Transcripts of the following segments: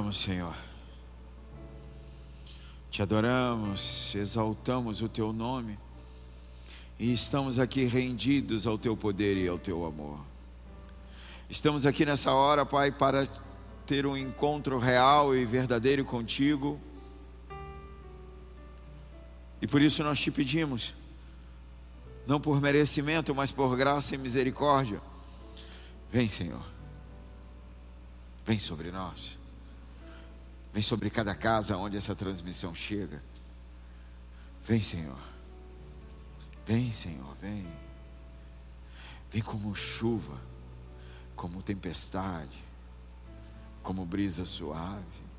adoramos, Senhor. Te adoramos, exaltamos o Teu nome e estamos aqui rendidos ao Teu poder e ao Teu amor. Estamos aqui nessa hora, Pai, para ter um encontro real e verdadeiro contigo. E por isso nós te pedimos, não por merecimento, mas por graça e misericórdia, vem, Senhor, vem sobre nós, vem sobre cada casa onde essa transmissão chega. Vem, Senhor, vem, Senhor, vem, vem como chuva, como tempestade, como brisa suave.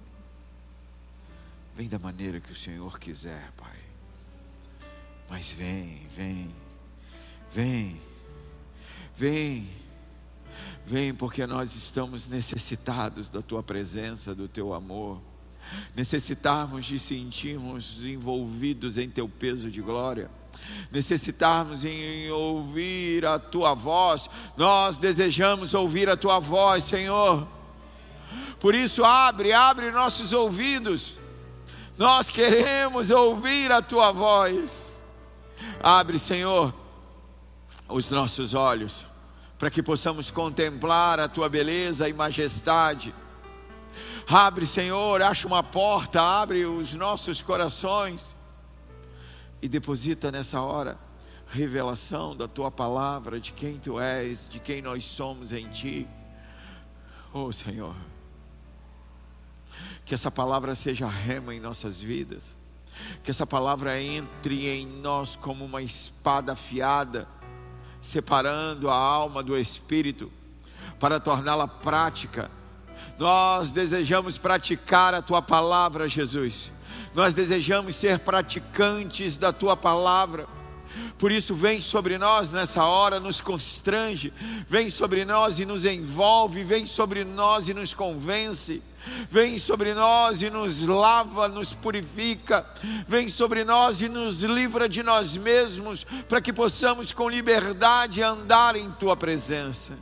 Vem da maneira que o Senhor quiser, Pai. Mas vem, vem, vem, vem, vem, porque nós estamos necessitados da Tua presença, do Teu amor. Necessitarmos de sentirmos envolvidos em Teu peso de glória. Necessitarmos em ouvir a Tua voz. Nós desejamos ouvir a Tua voz, Senhor. Por isso abre nossos ouvidos. Nós queremos ouvir a Tua voz. Abre, Senhor, os nossos olhos, para que possamos contemplar a Tua beleza e majestade. Abre, Senhor, acha uma porta, abre os nossos corações e deposita nessa hora revelação da Tua palavra, de quem Tu és, de quem nós somos em Ti. Oh, Senhor, que essa palavra seja rema em nossas vidas. Que essa palavra entre em nós como uma espada afiada, separando a alma do espírito, para torná-la prática. Nós desejamos praticar a Tua palavra, Jesus. Nós desejamos ser praticantes da Tua palavra. Por isso vem sobre nós nessa hora, nos constrange. Vem sobre nós e nos envolve. Vem sobre nós e nos convence. Vem sobre nós e nos lava, nos purifica. Vem sobre nós e nos livra de nós mesmos, para que possamos com liberdade andar em Tua presença.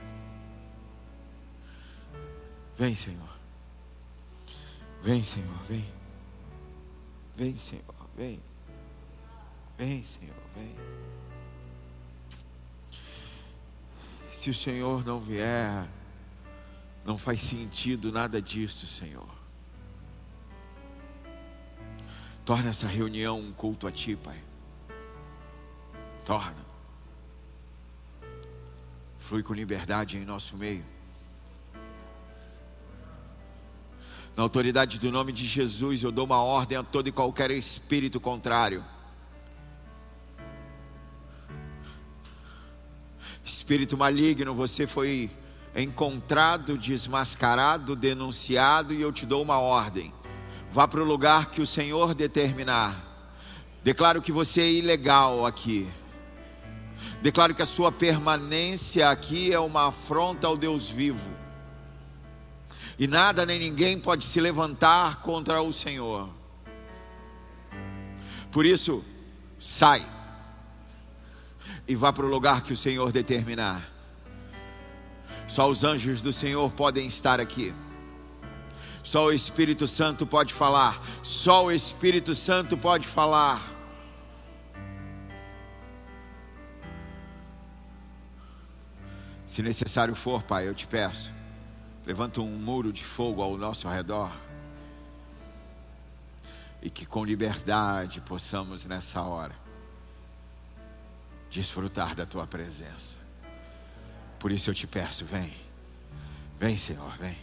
Vem, Senhor. Vem, Senhor, vem. Vem, Senhor, vem. Vem, Senhor, vem. Se o Senhor não vier, não faz sentido nada disso, Senhor. Torna essa reunião um culto a Ti, Pai. Torna. Flui com liberdade em nosso meio. Na autoridade do nome de Jesus, eu dou uma ordem a todo e qualquer espírito contrário. Espírito maligno, você foi encontrado, desmascarado, denunciado, e eu te dou uma ordem: vá para o lugar que o Senhor determinar. Declaro que você é ilegal aqui. Declaro que a sua permanência aqui é uma afronta ao Deus vivo, e nada nem ninguém pode se levantar contra o Senhor. Por isso, sai e vá para o lugar que o Senhor determinar. Só os anjos do Senhor podem estar aqui. Só o Espírito Santo pode falar. Só o Espírito Santo pode falar. Se necessário for, Pai, eu te peço, levanta um muro de fogo ao nosso redor, e que com liberdade possamos nessa hora desfrutar da Tua presença. Por isso eu te peço, vem. Vem, Senhor, vem.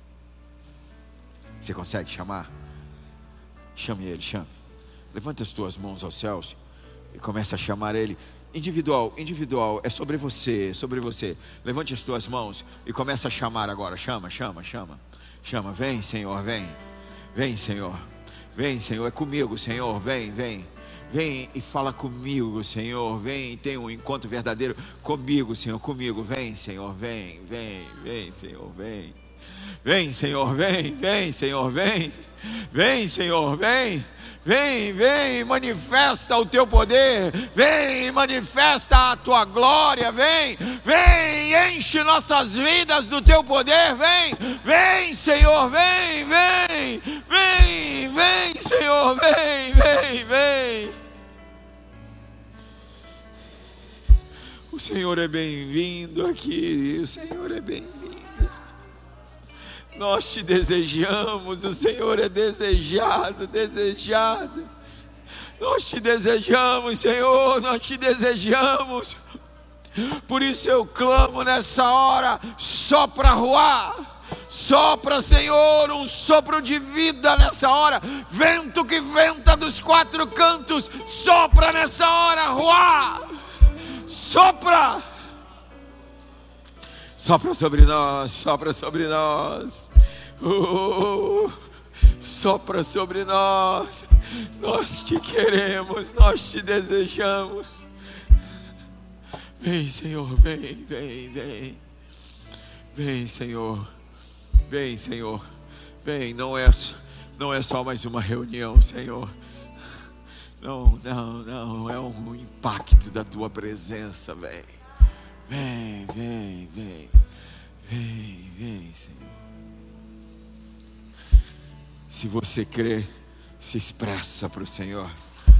Você consegue chamar? Chame Ele, chame. Levanta as tuas mãos aos céus e começa a chamar Ele. Individual, é sobre você, é sobre você. Levante as tuas mãos e começa a chamar agora. Chama. Chama, vem, Senhor, vem. Vem, Senhor. Vem, Senhor, é comigo, Senhor, vem. Vem e fala comigo, Senhor. Vem e tem um encontro verdadeiro comigo, Senhor, comigo. Vem, Senhor, vem, Senhor, vem. Vem, Senhor, vem, Senhor, vem. Vem, Senhor, vem. Vem, manifesta o Teu poder. Vem, manifesta a Tua glória. Vem, enche nossas vidas do Teu poder. Vem, Senhor, vem. Senhor, vem, vem, vem. O Senhor é bem-vindo aqui, o Senhor é bem-vindo. Nós te desejamos, o Senhor é desejado, desejado. Nós te desejamos, Senhor, nós te desejamos. Por isso eu clamo nessa hora, sopra Ruá, sopra, Senhor, um sopro de vida nessa hora. Vento que venta dos quatro cantos, sopra nessa hora, Ruá. Sopra, sopra sobre nós, sopra sobre nós. Sopra sobre nós. Nós te queremos, nós te desejamos. Vem, Senhor, vem, vem, vem. Vem, Senhor. Vem, Senhor. Vem, não é só mais uma reunião, Senhor. Não, é um impacto da tua presença, vem. Vem, vem, vem. Vem, vem, Senhor. Se você crê, se expressa para o Senhor.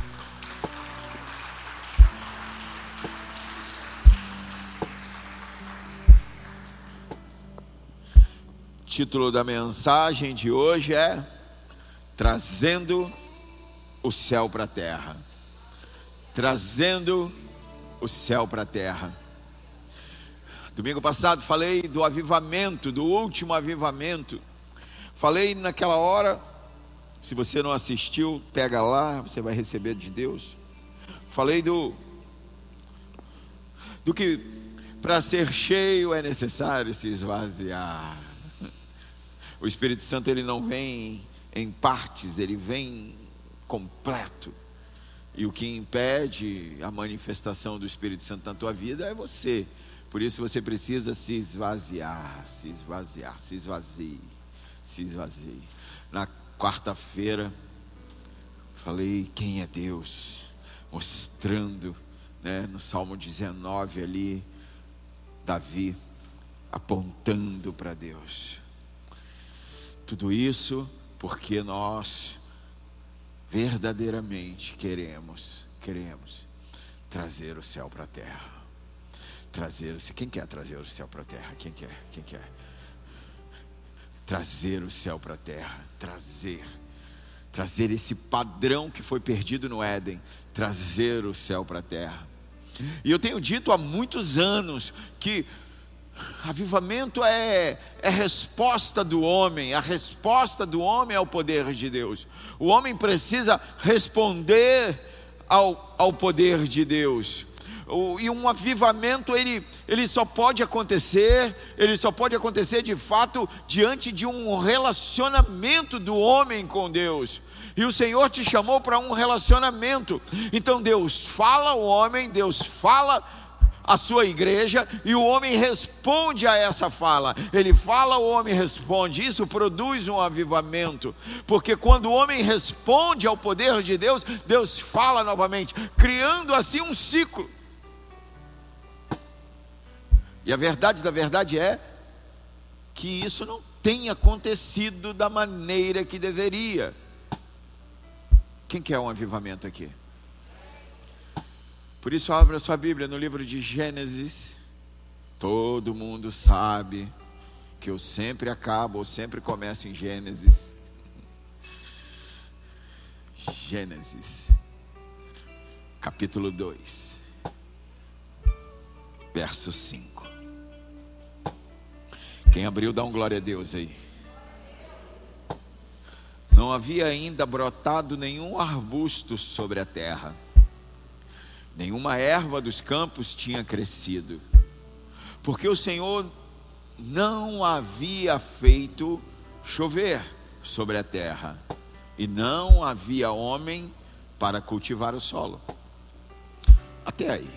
O título da mensagem de hoje é Trazendo o Céu para a Terra. Trazendo o céu para a terra. Domingo passado falei do avivamento, do último avivamento. Falei naquela hora, se você não assistiu, pega lá, você vai receber de Deus. Falei do que para ser cheio é necessário se esvaziar. O Espírito Santo, ele não vem em partes, ele vem completo. E o que impede a manifestação do Espírito Santo na tua vida é você. Por isso você precisa se esvaziar, se esvaziar, se esvazie, se esvazie. Na quarta-feira falei quem é Deus, mostrando, no Salmo 19 ali, Davi apontando para Deus. Tudo isso porque nós verdadeiramente queremos trazer o céu para a terra. Quem quer trazer o céu para a terra? Quem quer? Trazer o céu para a terra, trazer esse padrão que foi perdido no Éden, trazer o céu para a terra. E eu tenho dito há muitos anos que avivamento é resposta do homem. A resposta do homem é o poder de Deus. O homem precisa responder ao poder de Deus. E um avivamento ele só pode acontecer de fato diante de um relacionamento do homem com Deus. E o Senhor te chamou para um relacionamento. Então Deus fala ao homem, Deus fala a sua igreja, e o homem responde a essa fala. Ele fala, o homem responde. Isso produz um avivamento, porque quando o homem responde ao poder de Deus, Deus fala novamente, criando assim um ciclo. E a verdade da verdade é que isso não tem acontecido da maneira que deveria. Quem quer um avivamento aqui? Por isso abra sua Bíblia no livro de Gênesis. Todo mundo sabe que eu sempre acabo ou sempre começo em Gênesis. Gênesis, capítulo 2, verso 5. Quem abriu, dá um glória a Deus aí. Não havia ainda brotado nenhum arbusto sobre a terra, nenhuma erva dos campos tinha crescido, porque o Senhor não havia feito chover sobre a terra, e não havia homem para cultivar o solo. Até aí.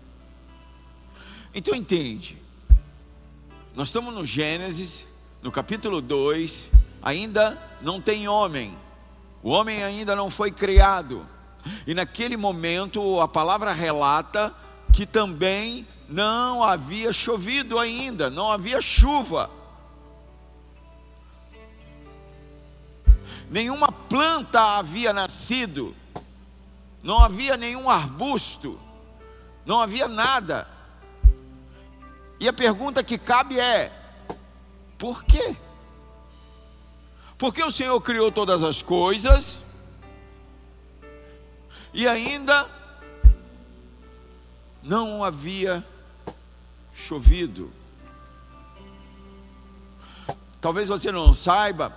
Então entende, nós estamos no Gênesis, no capítulo 2, ainda não tem homem, o homem ainda não foi criado. E naquele momento a palavra relata que também não havia chovido ainda, não havia chuva. nenhuma planta havia nascido, não havia nenhum arbusto, não havia nada. E a pergunta que cabe é: por quê? Porque o Senhor criou todas as coisas e ainda não havia chovido. Talvez você não saiba,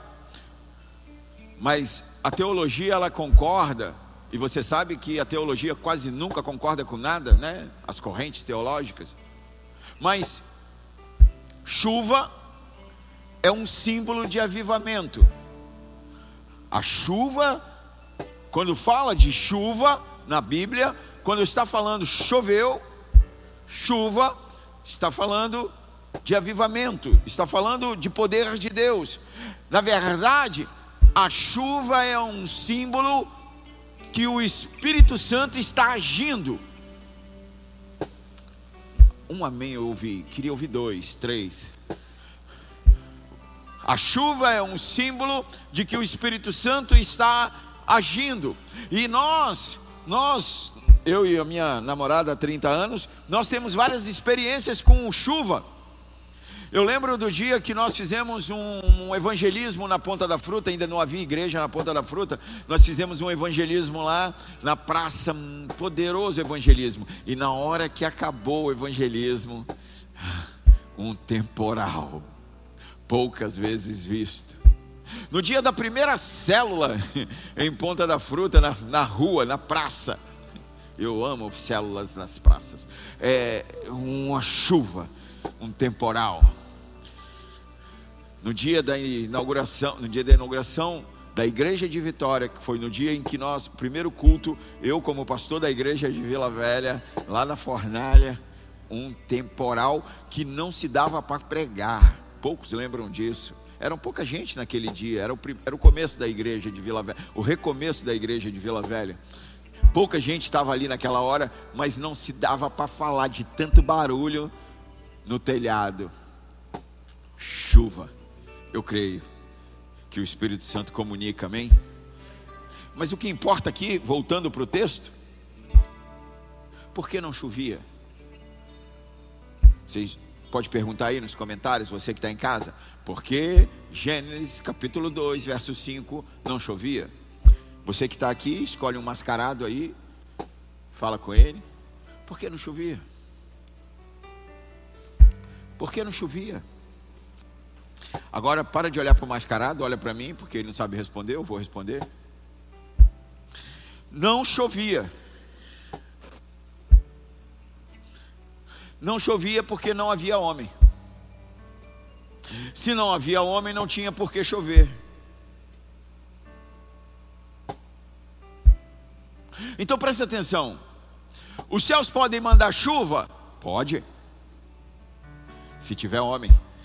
mas a teologia ela concorda, e você sabe que a teologia quase nunca concorda com nada, né? As correntes teológicas. Mas chuva é um símbolo de avivamento. A chuva, quando fala de chuva na Bíblia, quando está falando choveu, chuva, está falando de avivamento, está falando de poder de Deus. Na verdade, a chuva é um símbolo que o Espírito Santo está agindo. Um amém eu ouvi, queria ouvir 2, 3. A chuva é um símbolo de que o Espírito Santo está agindo. E nós, eu e a minha namorada há 30 anos, nós temos várias experiências com chuva. Eu lembro do dia que nós fizemos um evangelismo na Ponta da Fruta, ainda não havia igreja na Ponta da Fruta. Nós fizemos um evangelismo lá na praça, um poderoso evangelismo. E na hora que acabou o evangelismo, um temporal, poucas vezes visto. No dia da primeira célula em Ponta da Fruta, na rua, na praça. Eu amo células nas praças. Uma chuva, um temporal. No dia da inauguração da igreja de Vitória, que foi no dia em que nós, primeiro culto, eu como pastor da igreja de Vila Velha, lá na Fornalha, um temporal que não se dava para pregar. Poucos lembram disso. Era pouca gente naquele dia, era o começo da igreja de Vila Velha, o recomeço da igreja de Vila Velha. Pouca gente estava ali naquela hora, mas não se dava para falar de tanto barulho no telhado. Chuva. Eu creio que o Espírito Santo comunica, amém? Mas o que importa aqui, voltando para o texto, por que não chovia? Vocês podem perguntar aí nos comentários, você que está em casa. Por que Gênesis capítulo 2, verso 5, não chovia? Você que está aqui, escolhe um mascarado aí, fala com ele. Por que não chovia? Por que não chovia? Agora para de olhar para o mascarado, olha para mim, porque ele não sabe responder, eu vou responder. Não chovia. Não chovia porque não havia homem. Se não havia homem, não tinha por que chover. Então presta atenção. Os céus podem mandar chuva? Pode. Se tiver homem.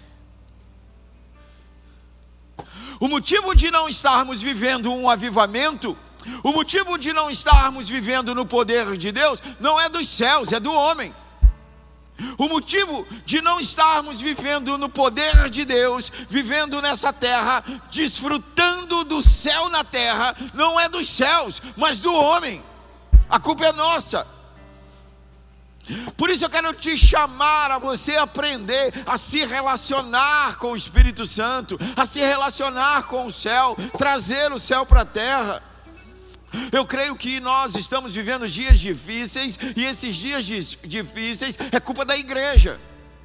O motivo de não estarmos vivendo um avivamento, o motivo de não estarmos vivendo no poder de Deus, não é dos céus, é do homem. O motivo de não estarmos vivendo no poder de Deus, vivendo nessa terra, desfrutando do céu na terra, não é dos céus, mas do homem. A culpa é nossa. Por isso eu quero te chamar a você aprender a se relacionar com o Espírito Santo, a se relacionar com o céu, trazer o céu para a terra. Eu creio que nós estamos vivendo dias difíceis, e esses dias difíceis é culpa da igreja.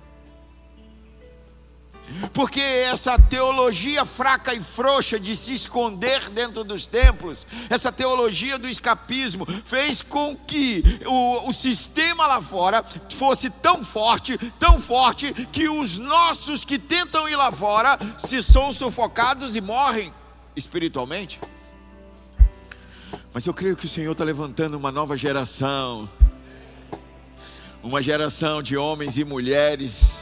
Porque essa teologia fraca e frouxa de se esconder dentro dos templos, essa teologia do escapismo, fez com que o sistema lá fora fosse tão forte, que os nossos que tentam ir lá fora se são sufocados e morrem espiritualmente. Mas eu creio que o Senhor está levantando uma nova geração, uma geração de homens e mulheres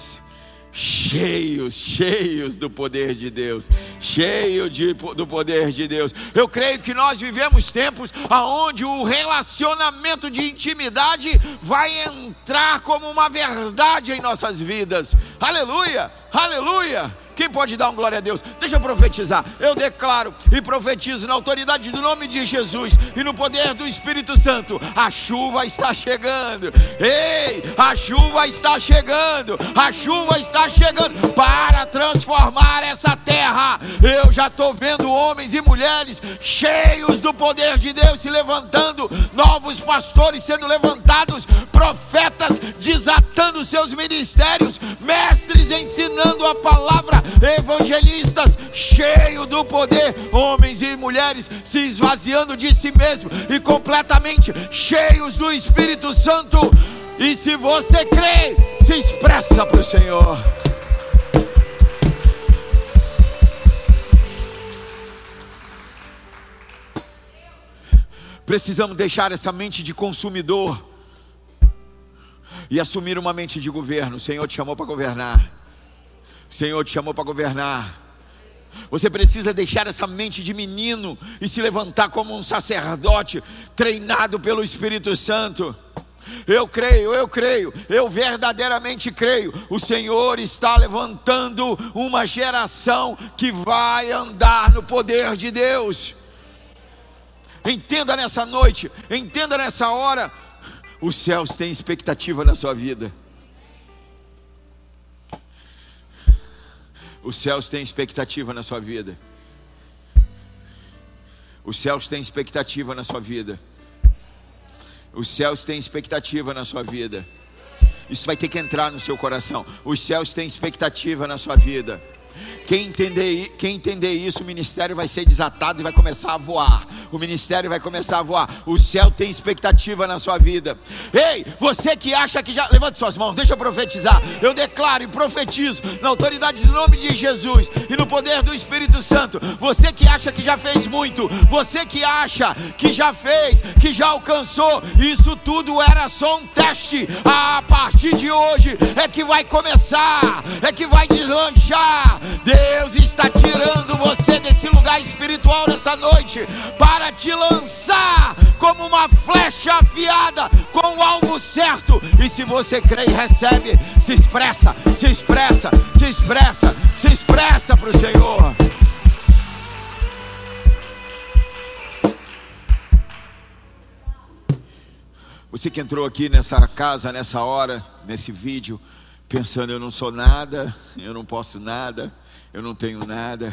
cheios do poder de Deus, do poder de Deus. Eu creio que nós vivemos tempos onde o relacionamento de intimidade vai entrar como uma verdade em nossas vidas. Aleluia, aleluia. Quem pode dar um glória a Deus? Deixa eu profetizar. Eu declaro e profetizo na autoridade do nome de Jesus e no poder do Espírito Santo: a chuva está chegando. Ei, a chuva está chegando. A chuva está chegando para transformar essa terra. Eu já estou vendo homens e mulheres cheios do poder de Deus se levantando, novos pastores sendo levantados, profetas desatando seus ministérios, mestres ensinando a palavra, evangelistas cheios do poder, homens e mulheres se esvaziando de si mesmo e completamente cheios do Espírito Santo. E se você crê, se expressa para o Senhor. Precisamos deixar essa mente de consumidor e assumir uma mente de governo. O Senhor te chamou para governar. O Senhor te chamou para governar. Você precisa deixar essa mente de menino e se levantar como um sacerdote treinado pelo Espírito Santo. Eu creio, eu verdadeiramente creio. O Senhor está levantando uma geração que vai andar no poder de Deus. Entenda nessa noite, entenda nessa hora: os céus têm expectativa na sua vida. Os céus têm expectativa na sua vida. Os céus têm expectativa na sua vida. Os céus têm expectativa na sua vida. Isso vai ter que entrar no seu coração. Os céus têm expectativa na sua vida. Quem entender isso, o ministério vai ser desatado e vai começar a voar. O ministério vai começar a voar. O céu tem expectativa na sua vida. Ei, você que acha que já... Levante suas mãos, deixa eu profetizar. Eu declaro e profetizo na autoridade do nome de Jesus e no poder do Espírito Santo. Você que acha que já fez muito, você que acha que já fez, que já alcançou, isso tudo era só um teste. A partir de hoje é que vai começar, é que vai deslanchar. Deus está tirando você desse lugar espiritual nessa noite para te lançar como uma flecha afiada com o alvo certo. E se você crê e recebe, se expressa, se expressa, se expressa, se expressa para o Senhor. Você que entrou aqui nessa casa, nessa hora, nesse vídeo, pensando: eu não sou nada, eu não posso nada, eu não tenho nada.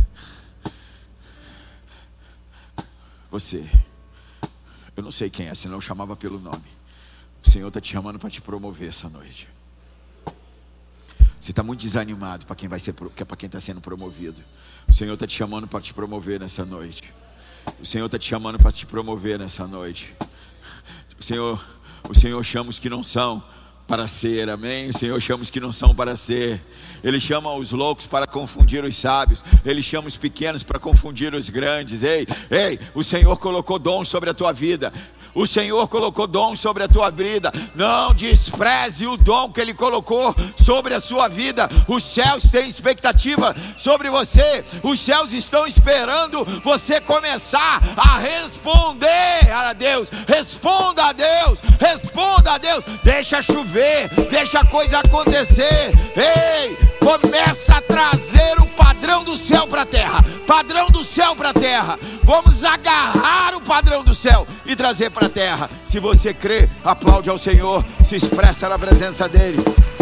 Você, eu não sei quem é, senão eu chamava pelo nome. O Senhor está te chamando para te promover essa noite. Você está muito desanimado para quem vai ser, para quem está sendo promovido. O Senhor está te chamando para te promover nessa noite. O Senhor está te chamando para te promover nessa noite. O Senhor chama os que não são para ser, amém? O Senhor chama os que não são para ser. Ele chama os loucos para confundir os sábios. Ele chama os pequenos para confundir os grandes. Ei, o Senhor colocou dons sobre a tua vida. O Senhor colocou dom sobre a tua vida. Não despreze o dom que Ele colocou sobre a sua vida. Os céus têm expectativa sobre você. Os céus estão esperando você começar a responder a Deus. Responda a Deus. Responda a Deus. Deixa chover. Deixa a coisa acontecer. Ei, começa a trazer o padrão do céu para a terra. Padrão do céu para a terra. Vamos agarrar o padrão do céu e trazer para a terra. Se você crê, aplaude ao Senhor, se expressa na presença dEle.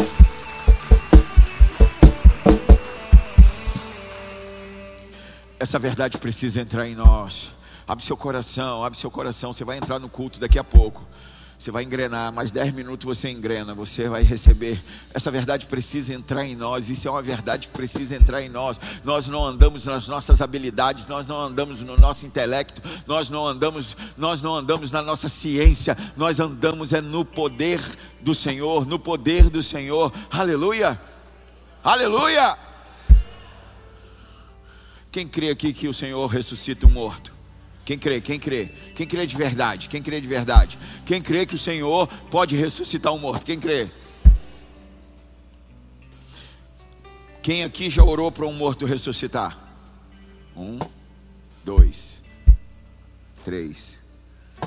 Essa verdade precisa entrar em nós. Abre seu coração, você vai entrar no culto daqui a pouco. Você vai engrenar, mais 10 minutos você engrena, você vai receber. Essa verdade precisa entrar em nós. Isso é uma verdade que precisa entrar em nós. Nós não andamos nas nossas habilidades, nós não andamos no nosso intelecto, nós não andamos na nossa ciência. Nós andamos no poder do Senhor, no poder do Senhor. Aleluia, aleluia. Quem crê aqui que o Senhor ressuscita o morto? Quem crê? Quem crê? Quem crê de verdade? Quem crê de verdade? Quem crê que o Senhor pode ressuscitar um morto? Quem crê? Quem aqui já orou para um morto ressuscitar? 1, 2, 3.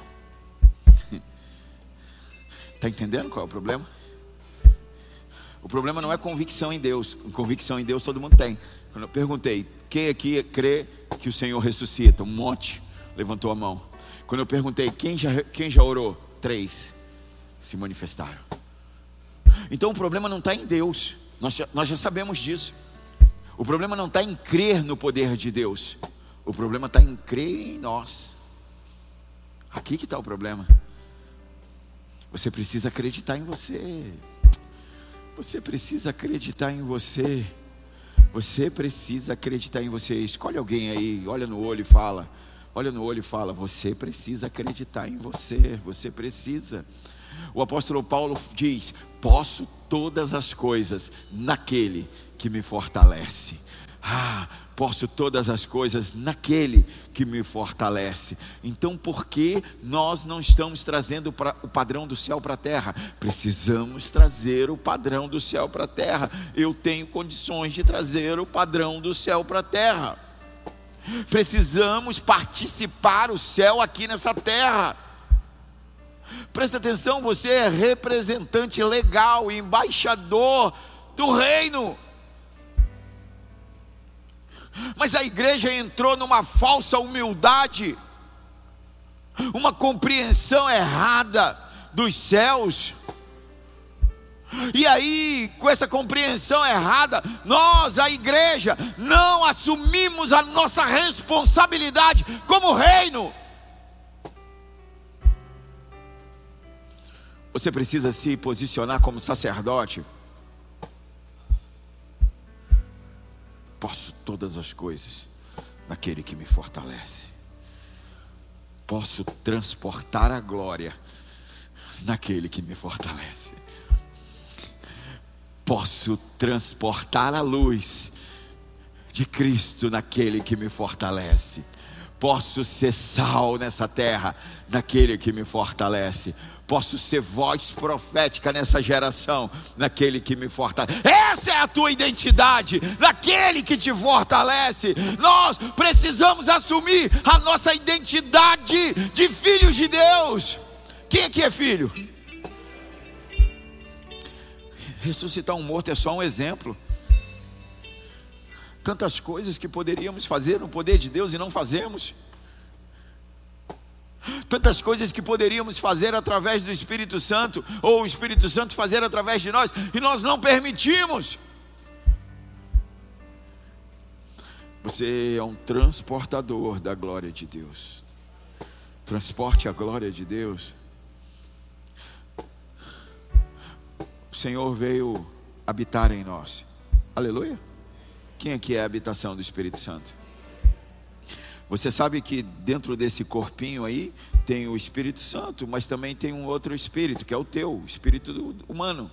Está entendendo qual é o problema? problema não é convicção em Deus. Convicção em Deus todo mundo tem. Quando eu perguntei, quem aqui crê que o Senhor ressuscita? Um monte levantou a mão. Quando eu perguntei, quem já orou? 3 se manifestaram. Então o problema não está em Deus. Nós já sabemos disso. O problema não está em crer no poder de Deus. O problema está em crer em nós. Aqui que está o problema. Você precisa acreditar em você. Você precisa acreditar em você. Você precisa acreditar em você. Escolhe alguém aí, olha no olho e fala. Olha no olho e fala, você precisa acreditar em você. Você precisa. O apóstolo Paulo diz, posso todas as coisas naquele que me fortalece. Posso todas as coisas naquele que me fortalece. Então por que nós não estamos trazendo o padrão do céu para a terra? Precisamos trazer o padrão do céu para a terra. Eu tenho condições de trazer o padrão do céu para a terra. Precisamos participar o céu aqui nessa terra. Presta atenção, você é representante legal, embaixador do reino. Mas a igreja entrou numa falsa humildade, uma compreensão errada dos céus. E aí, com essa compreensão errada, nós, a igreja, não assumimos a nossa responsabilidade como reino. Você precisa se posicionar como sacerdote. Posso todas as coisas naquele que me fortalece. Posso transportar a glória naquele que me fortalece. Posso transportar a luz de Cristo naquele que me fortalece. Posso ser sal nessa terra naquele que me fortalece. Posso ser voz profética nessa geração naquele que me fortalece. Essa é a tua identidade, naquele que te fortalece. Nós precisamos assumir a nossa identidade de filhos de Deus. Quem aqui é filho? Ressuscitar um morto é só um exemplo. Tantas coisas que poderíamos fazer no poder de Deus e não fazemos. Tantas coisas que poderíamos fazer através do Espírito Santo, ou o Espírito Santo fazer através de nós, e nós não permitimos. Você é um transportador da glória de Deus. Transporte a glória de Deus. O Senhor veio habitar em nós. Aleluia. Quem aqui é a habitação do Espírito Santo? Você sabe que dentro desse corpinho aí tem o Espírito Santo, mas também tem um outro espírito, que é o teu, espírito humano.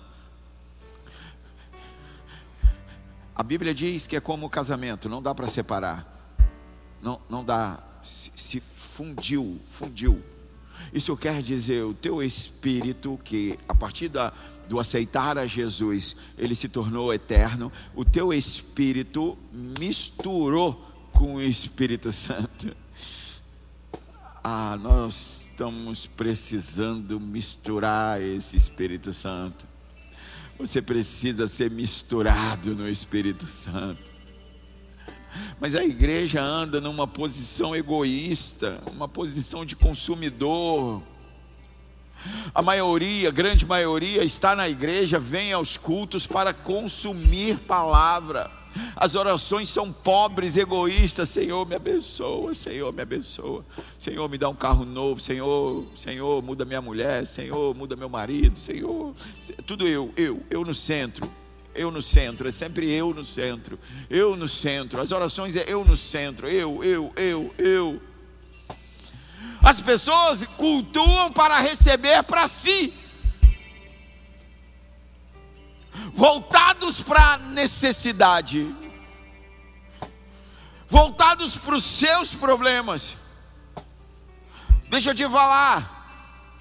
A Bíblia diz que é como o casamento, não dá para separar. Não dá, se fundiu. Isso quer dizer, o teu espírito, que a partir do aceitar a Jesus, ele se tornou eterno. O teu espírito misturou com o Espírito Santo. Nós estamos precisando misturar esse Espírito Santo. Você precisa ser misturado no Espírito Santo. Mas a igreja anda numa posição egoísta, uma posição de consumidor. A grande maioria está na igreja, vem aos cultos para consumir palavra. As orações são pobres, egoístas. Senhor, me abençoa. Senhor, me abençoa. Senhor, me dá um carro novo. Senhor, muda minha mulher. Senhor, muda meu marido. Senhor, tudo eu no centro. Eu no centro, é sempre eu no centro. Eu no centro, as orações é eu no centro. Eu. As pessoas cultuam para receber para si, voltados para a necessidade, voltados para os seus problemas. Deixa eu te falar,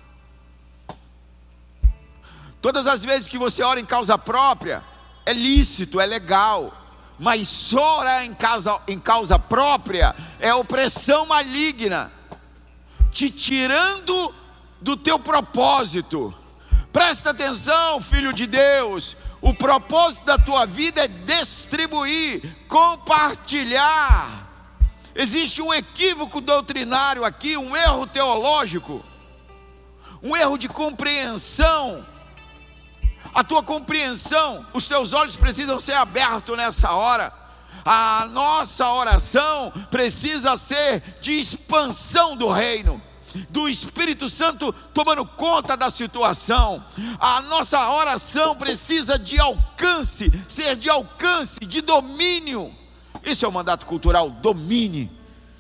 todas as vezes que você ora em causa própria, é lícito, é legal, mas só orar em causa própria é opressão maligna, te tirando do teu propósito. Presta atenção, filho de Deus. O propósito da tua vida é distribuir, compartilhar. Existe um equívoco doutrinário aqui, um erro teológico, um erro de compreensão. A tua compreensão, os teus olhos precisam ser abertos nessa hora. A nossa oração precisa ser de expansão do reino, do Espírito Santo tomando conta da situação. A nossa oração precisa de alcance, ser de alcance, de domínio. Isso é o mandato cultural, domine.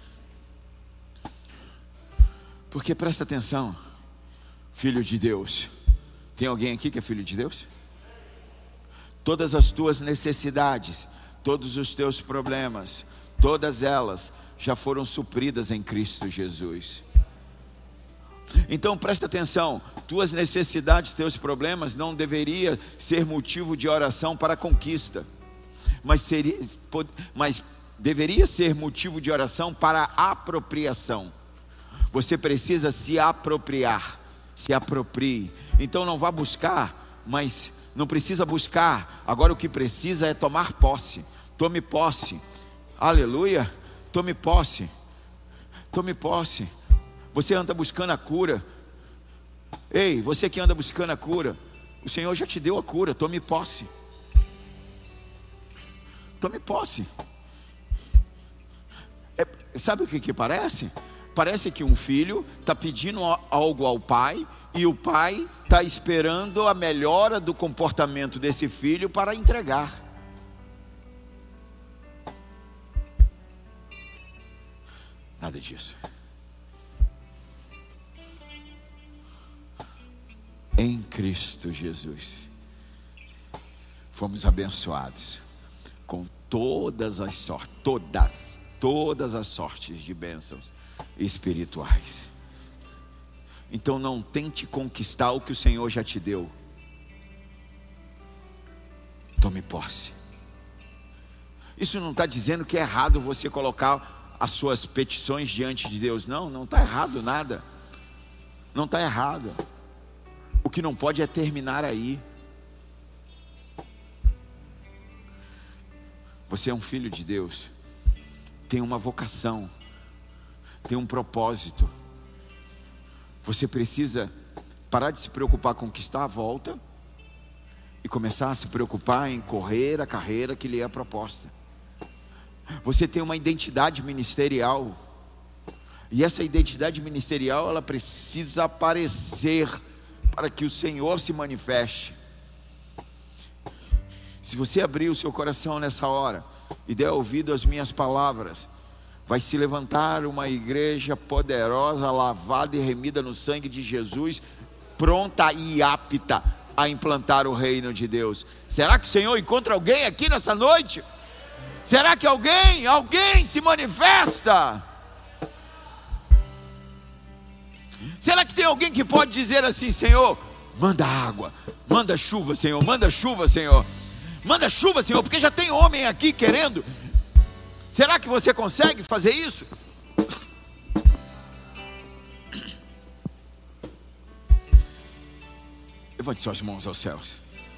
Porque presta atenção, filho de Deus. Tem alguém aqui que é filho de Deus? Todas as tuas necessidades, todos os teus problemas, todas elas já foram supridas em Cristo Jesus. Então presta atenção, tuas necessidades, teus problemas não deveria ser motivo de oração para conquista, mas deveria ser motivo de oração para apropriação. Você precisa se apropriar, se aproprie. Então não vá buscar, mas não precisa buscar. Agora o que precisa é tomar posse. Tome posse. Aleluia. Tome posse. Tome posse. Você anda buscando a cura. Ei, você que anda buscando a cura, o Senhor já te deu a cura. Tome posse. Tome posse. Sabe o que parece? Parece que um filho está pedindo algo ao pai, e o pai está esperando a melhora do comportamento desse filho para entregar. Nada disso. Em Cristo Jesus fomos abençoados com todas as sortes, todas as sortes de bênçãos espirituais. Então não tente conquistar o que o Senhor já te deu. Tome posse. Isso não está dizendo que é errado você colocar as suas petições diante de Deus. Não está errado nada. Não está errado. O que não pode é terminar aí. Você é um filho de Deus, tem uma vocação, tem um propósito. Você precisa parar de se preocupar com conquistar a volta e começar a se preocupar em correr a carreira que lhe é proposta. Você tem uma identidade ministerial, e essa identidade ministerial ela precisa aparecer para que o Senhor se manifeste. Se você abrir o seu coração nessa hora e der ouvido às minhas palavras, vai se levantar uma igreja poderosa, lavada e remida no sangue de Jesus, pronta e apta a implantar o reino de Deus. Será que o Senhor encontra alguém aqui nessa noite? Será que alguém se manifesta? Será que tem alguém que pode dizer assim: Senhor, manda água, manda chuva, Senhor, manda chuva, Senhor, manda chuva, Senhor, porque já tem homem aqui querendo. Será que você consegue fazer isso? Levante suas mãos aos céus.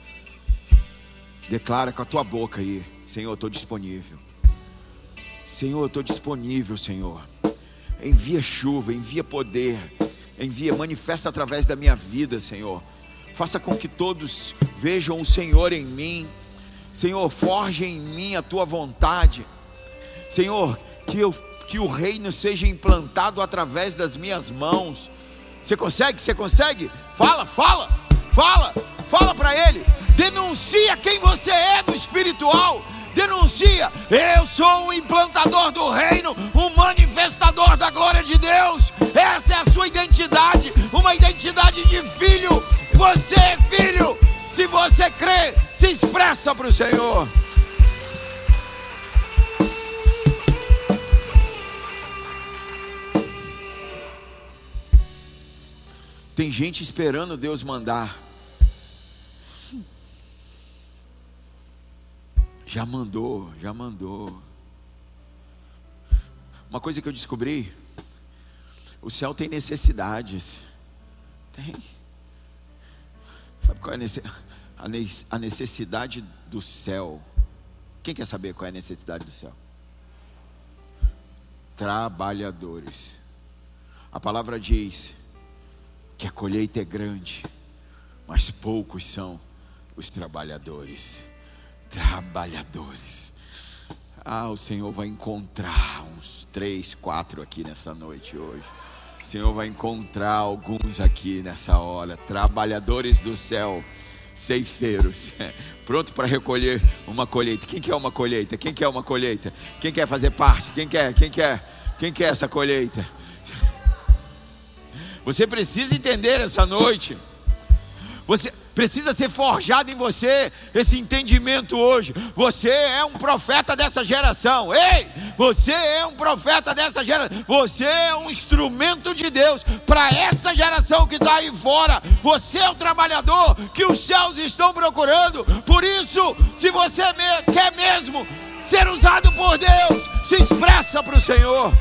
Declara com a tua boca aí: Senhor, eu estou disponível. Senhor, eu estou disponível, Senhor. Envia chuva, envia poder, envia, manifesta através da minha vida, Senhor. Faça com que todos vejam o Senhor em mim. Senhor, forge em mim a tua vontade. Senhor, que o reino seja implantado através das minhas mãos. Você consegue? Você consegue? Fala para Ele. Denuncia quem você é no espiritual. Denuncia: eu sou um implantador do reino, um manifestador da glória de Deus. Essa é a sua identidade, uma identidade de filho. Você é filho. Se você crê, se expressa para o Senhor. Tem gente esperando Deus mandar. Já mandou. Uma coisa que eu descobri: o céu tem necessidades. Tem. Sabe qual é a necessidade? a necessidade do céu. Quem quer saber qual é a necessidade do céu? Trabalhadores. A palavra diz que a colheita é grande, mas poucos são os trabalhadores. Trabalhadores. O Senhor vai encontrar uns 3, 4 aqui nessa noite hoje. O Senhor vai encontrar alguns aqui nessa hora. Trabalhadores do céu, ceifeiros, pronto para recolher uma colheita. Quem quer uma colheita? Quem quer uma colheita? Quem quer fazer parte? Quem quer? Quem quer essa colheita? Você precisa entender essa noite. Você precisa ser forjado em você esse entendimento hoje. Você é um profeta dessa geração. Ei, você é um profeta dessa geração. Você é um instrumento de Deus para essa geração que está aí fora. Você é o trabalhador que os céus estão procurando. Por isso, se você quer mesmo ser usado por Deus, se expressa para o Senhor.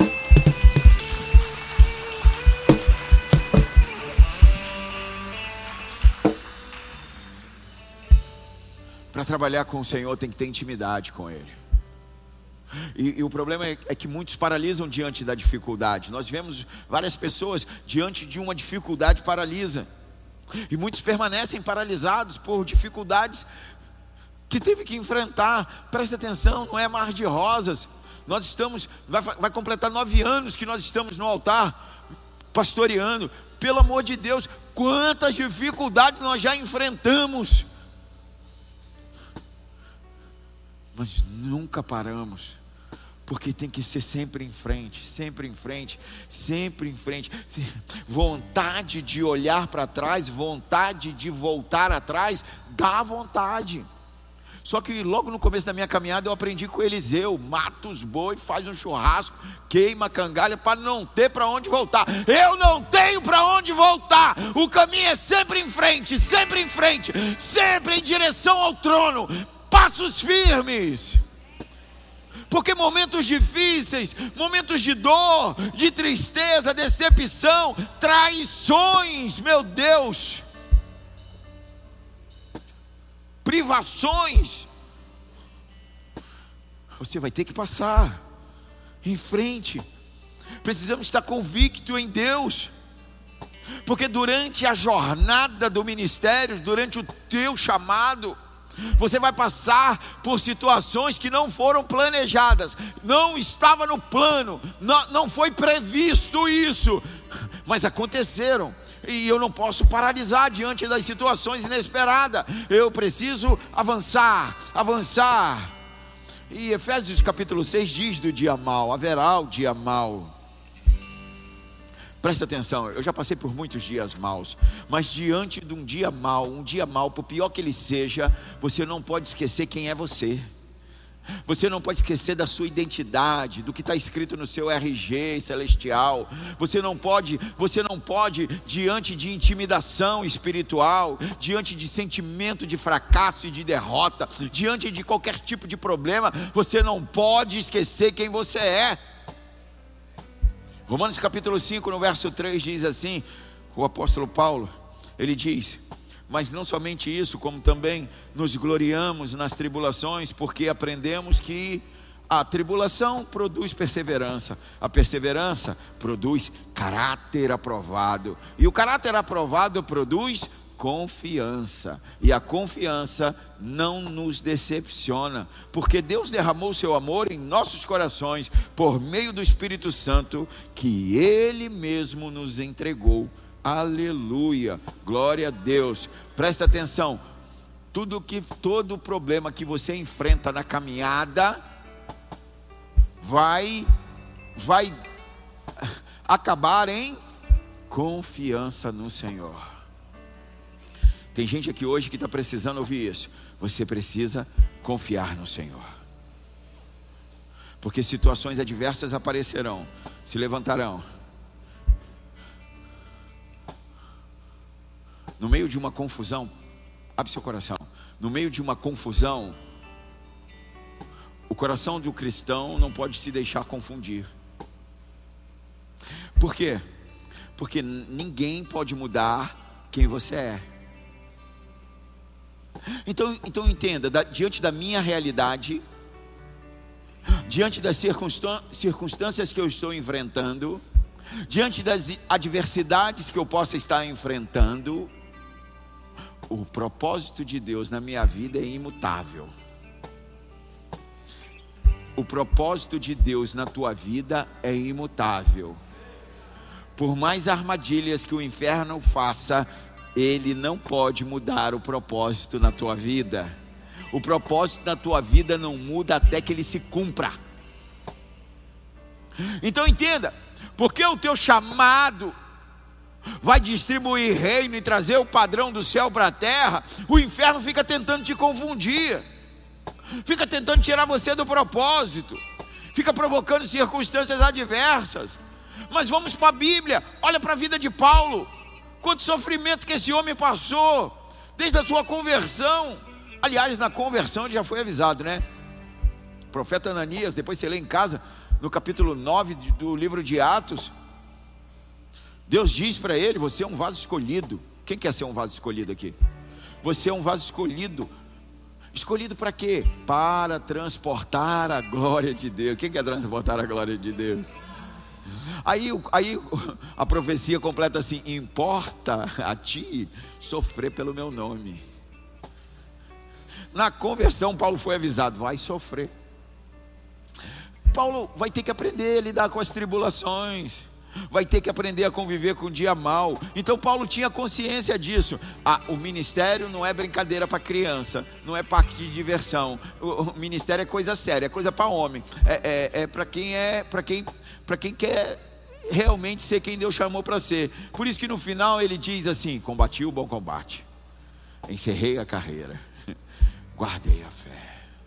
Para trabalhar com o Senhor tem que ter intimidade com Ele. E o problema é que muitos paralisam diante da dificuldade. Nós vemos várias pessoas diante de uma dificuldade paralisa. E muitos permanecem paralisados por dificuldades que teve que enfrentar. Presta atenção, não é mar de rosas. Nós estamos, vai completar 9 anos que nós estamos no altar pastoreando. Pelo amor de Deus, quantas dificuldades nós já enfrentamos. Mas nunca paramos, porque tem que ser sempre em frente, sempre em frente, sempre em frente. Vontade de olhar para trás, vontade de voltar atrás, dá vontade. Só que logo no começo da minha caminhada eu aprendi com Eliseu: mata os boi, faz um churrasco, queima a cangalha para não ter para onde voltar. Eu não tenho para onde voltar. O caminho é sempre em frente, sempre em direção ao trono. Passos firmes, porque momentos difíceis, momentos de dor, de tristeza, decepção, traições, meu Deus, privações, você vai ter que passar em frente. Precisamos estar convictos em Deus, porque durante a jornada do ministério, durante o teu chamado, você vai passar por situações que não foram planejadas, não estava no plano, não foi previsto isso, mas aconteceram. E eu não posso paralisar diante das situações inesperadas. Eu preciso avançar. E Efésios capítulo 6 diz do dia mau: haverá o dia mau. Presta atenção, eu já passei por muitos dias maus, mas diante de um dia mau, por pior que ele seja, você não pode esquecer quem é você. Você não pode esquecer da sua identidade, do que está escrito no seu RG celestial. Você não pode, diante de intimidação espiritual, diante de sentimento de fracasso e de derrota, diante de qualquer tipo de problema, você não pode esquecer quem você é. Romanos capítulo 5, no verso 3 diz assim, o apóstolo Paulo, ele diz: mas não somente isso, como também nos gloriamos nas tribulações, porque aprendemos que a tribulação produz perseverança, a perseverança produz caráter aprovado, e o caráter aprovado produz confiança, e a confiança não nos decepciona, porque Deus derramou o seu amor em nossos corações por meio do Espírito Santo que Ele mesmo nos entregou. Aleluia, glória a Deus. Presta atenção, todo problema que você enfrenta na caminhada vai acabar em confiança no Senhor. Tem gente aqui hoje que está precisando ouvir isso. Você precisa confiar no Senhor, porque situações adversas aparecerão, se levantarão. No meio de uma confusão, abre seu coração. No meio de uma confusão, o coração do cristão não pode se deixar confundir. Por quê? Porque ninguém pode mudar quem você é. Então entenda, diante da minha realidade, diante das circunstâncias que eu estou enfrentando, diante das adversidades que eu possa estar enfrentando, o propósito de Deus na minha vida é imutável. O propósito de Deus na tua vida é imutável. Por mais armadilhas que o inferno faça, ele não pode mudar o propósito na tua vida. O propósito na tua vida não muda até que ele se cumpra. Então entenda, porque o teu chamado vai distribuir reino e trazer o padrão do céu para a terra, o inferno fica tentando te confundir, fica tentando tirar você do propósito, fica provocando circunstâncias adversas. Mas vamos para a Bíblia, olha para a vida de Paulo, quanto sofrimento que esse homem passou, desde a sua conversão. Aliás, na conversão ele já foi avisado, né? O profeta Ananias, depois você lê em casa, no capítulo 9 do livro de Atos, Deus diz para ele: você é um vaso escolhido. Quem quer ser um vaso escolhido aqui? Você é um vaso escolhido. Escolhido para quê? Para transportar a glória de Deus. Quem quer transportar a glória de Deus? Aí a profecia completa assim: importa a ti sofrer pelo meu nome. Na conversão Paulo foi avisado: vai sofrer. Paulo vai ter que aprender a lidar com as tribulações, vai ter que aprender a conviver com o dia mau. Então Paulo tinha consciência disso. O ministério não é brincadeira para criança, não é parque de diversão. O ministério é coisa séria, é coisa para homem, é para quem quer realmente ser quem Deus chamou para ser. Por isso que no final ele diz assim: combati o bom combate, encerrei a carreira, guardei a fé.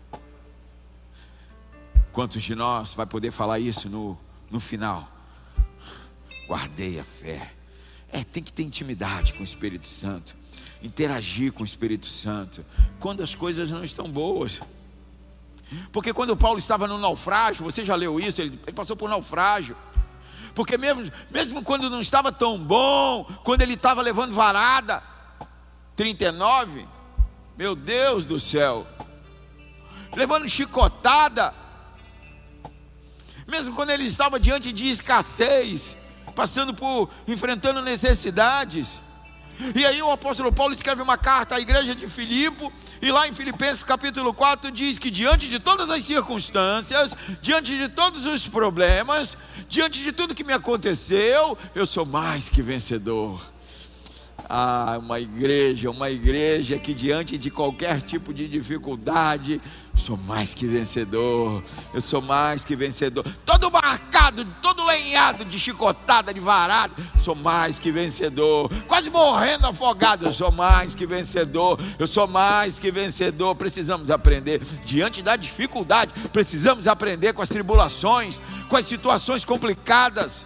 Quantos de nós vai poder falar isso no final? Guardei a fé. Tem que ter intimidade com o Espírito Santo, interagir com o Espírito Santo quando as coisas não estão boas. Porque quando Paulo estava no naufrágio, você já leu isso, ele passou por naufrágio. Porque mesmo quando não estava tão bom, quando ele estava levando varada, 39, meu Deus do céu, levando chicotada, mesmo quando ele estava diante de escassez, enfrentando necessidades. E aí o apóstolo Paulo escreve uma carta à igreja de Filipe, e lá em Filipenses capítulo 4 diz que diante de todas as circunstâncias, diante de todos os problemas, diante de tudo que me aconteceu, eu sou mais que vencedor. Uma igreja que diante de qualquer tipo de dificuldade, sou mais que vencedor. Eu sou mais que vencedor. Todo marcado, todo lenhado de chicotada, de varada, sou mais que vencedor. Quase morrendo afogado, eu sou mais que vencedor. Eu sou mais que vencedor. Precisamos aprender diante da dificuldade, precisamos aprender com as tribulações, com as situações complicadas.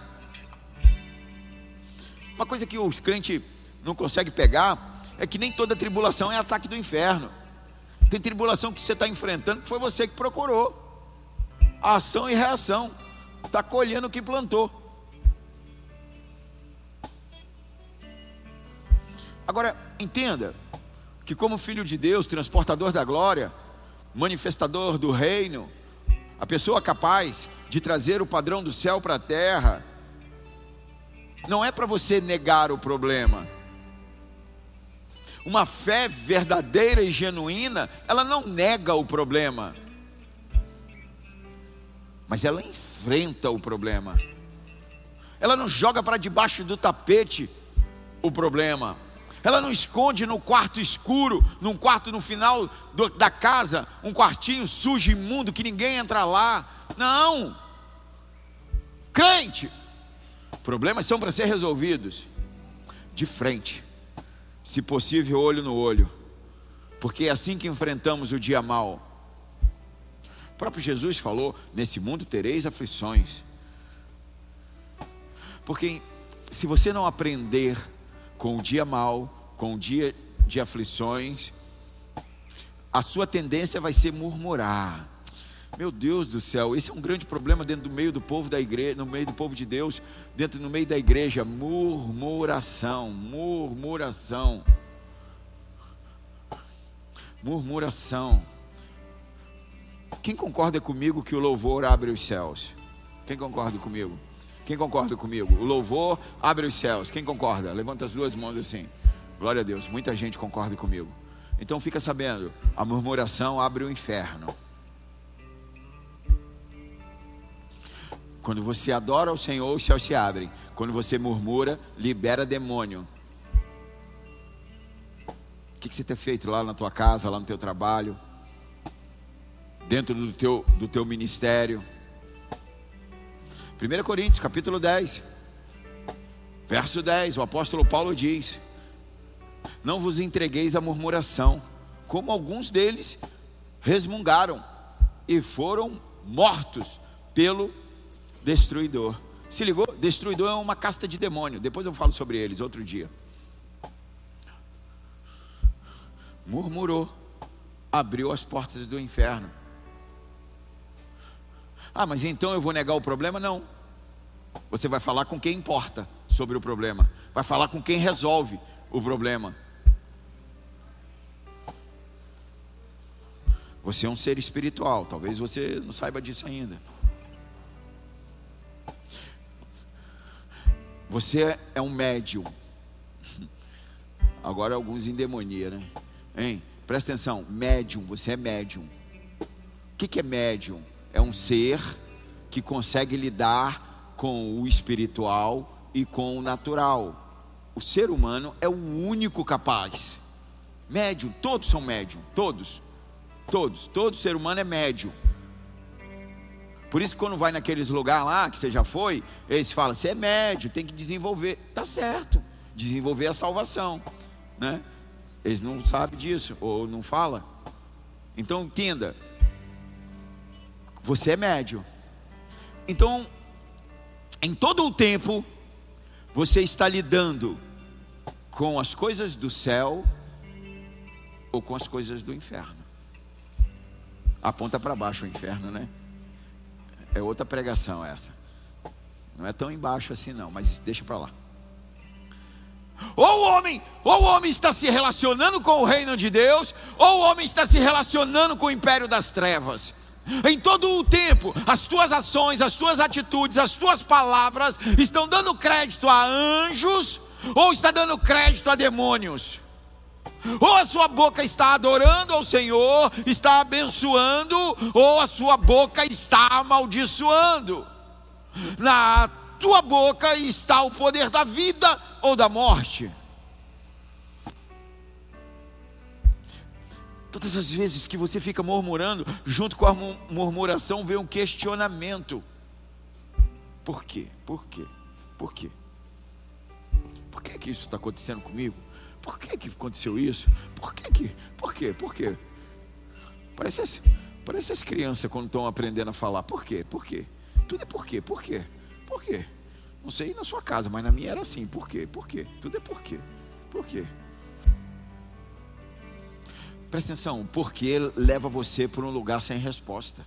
Uma coisa que os crentes não conseguem pegar é que nem toda tribulação é ataque do inferno. Tem tribulação que você está enfrentando que foi você que procurou. Ação e reação. Está colhendo o que plantou. Agora, entenda que como filho de Deus, transportador da glória, manifestador do reino, a pessoa capaz de trazer o padrão do céu para a terra, não é para você negar o problema. Uma fé verdadeira e genuína, ela não nega o problema, mas ela enfrenta o problema. Ela não joga para debaixo do tapete o problema. Ela não esconde no quarto escuro, num quarto no final da casa, um quartinho sujo, imundo, que ninguém entra lá. Não. Crente, problemas são para ser resolvidos de frente, se possível olho no olho, porque é assim que enfrentamos o dia mau. O próprio Jesus falou: nesse mundo tereis aflições. Porque se você não aprender com o dia mau, com o dia de aflições, a sua tendência vai ser murmurar. Meu Deus do céu, esse é um grande problema dentro do meio do povo da igreja, no meio do povo de Deus, no meio da igreja. Murmuração. Murmuração. Quem concorda comigo que o louvor abre os céus? Quem concorda comigo? Quem concorda comigo? O louvor abre os céus. Quem concorda? Levanta as duas mãos assim. Glória a Deus, muita gente concorda comigo. Então fica sabendo, a murmuração abre o inferno. Quando você adora o Senhor, os céus se abrem. Quando você murmura, libera demônio. O que você tem feito lá na tua casa, lá no teu trabalho, dentro do teu ministério? 1 Coríntios capítulo 10, verso 10, o apóstolo Paulo diz: não vos entregueis à murmuração, como alguns deles resmungaram e foram mortos pelo destruidor. Se ligou? Destruidor é uma casta de demônio. Depois eu falo sobre eles outro dia. Murmurou, abriu as portas do inferno. Ah, mas então eu vou negar o problema? Não. Você vai falar com quem importa sobre o problema. Vai falar com quem resolve o problema. Você é um ser espiritual. Talvez você não saiba disso ainda. Você é um médium. Agora alguns endemoniam, né? Hein? Presta atenção, médium, você é médium. O que é médium? É um ser que consegue lidar com o espiritual e com o natural. O ser humano é o único capaz. Médium, todos são médium, todos. Todo ser humano é médium. Por isso que quando vai naqueles lugares lá, que você já foi, eles falam, você é médium, tem que desenvolver. Tá certo, desenvolver a salvação, né? Eles não sabem disso, ou não falam. Então entenda, você é médium. Então, em todo o tempo, você está lidando com as coisas do céu ou com as coisas do inferno. Aponta para baixo o inferno, né? É outra pregação essa. Não é tão embaixo assim não, mas deixa para lá. Ou o homem está se relacionando com o reino de Deus, ou o homem está se relacionando com o império das trevas. Em todo o tempo, as tuas ações, as tuas atitudes, as tuas palavras estão dando crédito a anjos, ou está dando crédito a demônios. Ou a sua boca está adorando ao Senhor, está abençoando, ou a sua boca está amaldiçoando. Na tua boca está o poder da vida ou da morte. Todas as vezes que você fica murmurando, junto com a murmuração vem um questionamento. Por quê? Por quê? Por quê? Por que que isso está acontecendo comigo? Por que que aconteceu isso? Por quê? Por quê? Parece as crianças quando estão aprendendo a falar. Por quê? Por quê? Tudo é por quê? Por quê? Por quê? Não sei na sua casa, mas na minha era assim. Por quê? Por quê? Tudo é por quê? Por quê? Presta atenção, porque leva você para um lugar sem resposta.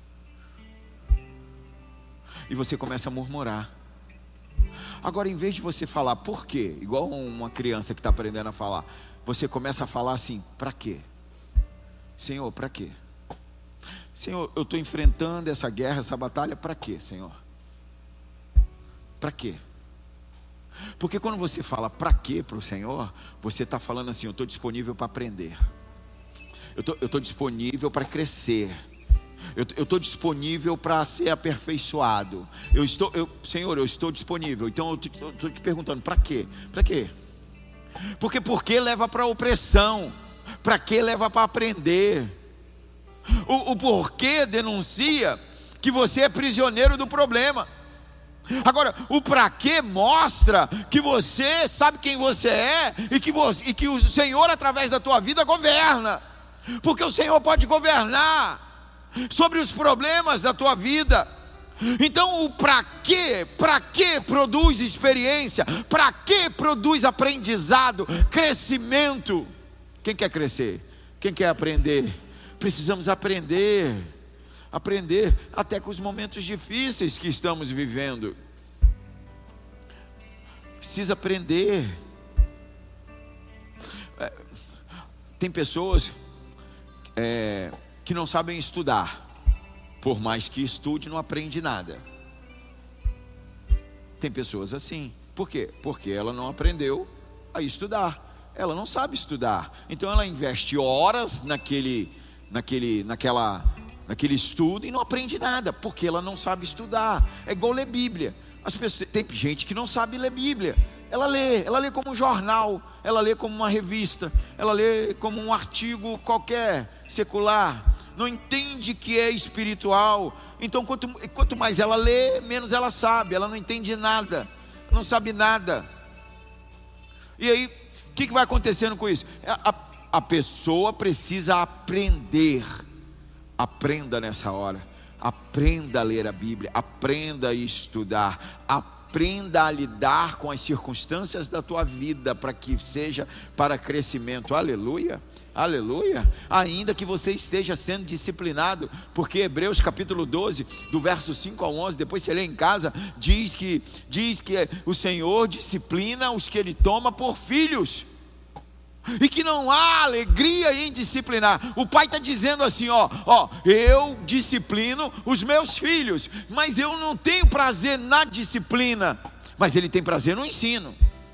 E você começa a murmurar. Agora, em vez de você falar por quê, igual uma criança que está aprendendo a falar, você começa a falar assim, para quê? Senhor, para quê? Senhor, eu estou enfrentando essa guerra, essa batalha, para quê, Senhor? Para quê? Porque quando você fala para quê para o Senhor, você está falando assim, eu estou disponível para aprender. Eu estou disponível para crescer. Eu estou disponível para ser aperfeiçoado. Senhor, eu estou disponível. Então eu estou te perguntando, para quê? Para quê? Porque por que leva para opressão? Para que leva para aprender? O porquê denuncia que você é prisioneiro do problema. Agora, o para quê mostra que você sabe quem você é e que o Senhor, através da tua vida, governa. Porque o Senhor pode governar sobre os problemas da tua vida. Então o para quê produz experiência, para quê produz aprendizado, crescimento. Quem quer crescer? Quem quer aprender? Precisamos aprender até com os momentos difíceis que estamos vivendo. Precisa aprender. Tem pessoas que não sabem estudar. Por mais que estude, não aprende nada. Tem pessoas assim. Por quê? Porque ela não aprendeu a estudar. Ela não sabe estudar. Então ela investe horas naquele estudo e não aprende nada, porque ela não sabe estudar. É igual ler Bíblia. Tem gente que não sabe ler Bíblia. Ela lê como um jornal, ela lê como uma revista, ela lê como um artigo qualquer, secular. Não entende que é espiritual. Então quanto mais ela lê, menos ela sabe. Ela não entende nada, não sabe nada. E aí, o que vai acontecendo com isso? A pessoa precisa aprender. Aprenda nessa hora. Aprenda a ler a Bíblia. Aprenda a estudar. Aprenda a lidar com as circunstâncias da tua vida, para que seja para crescimento. Aleluia, aleluia. Ainda que você esteja sendo disciplinado, porque Hebreus capítulo 12, do verso 5 ao 11, depois você lê em casa, diz que o Senhor disciplina os que Ele toma por filhos, e que não há alegria em disciplinar. O pai está dizendo assim, eu disciplino os meus filhos, mas eu não tenho prazer na disciplina, mas ele tem prazer no ensino.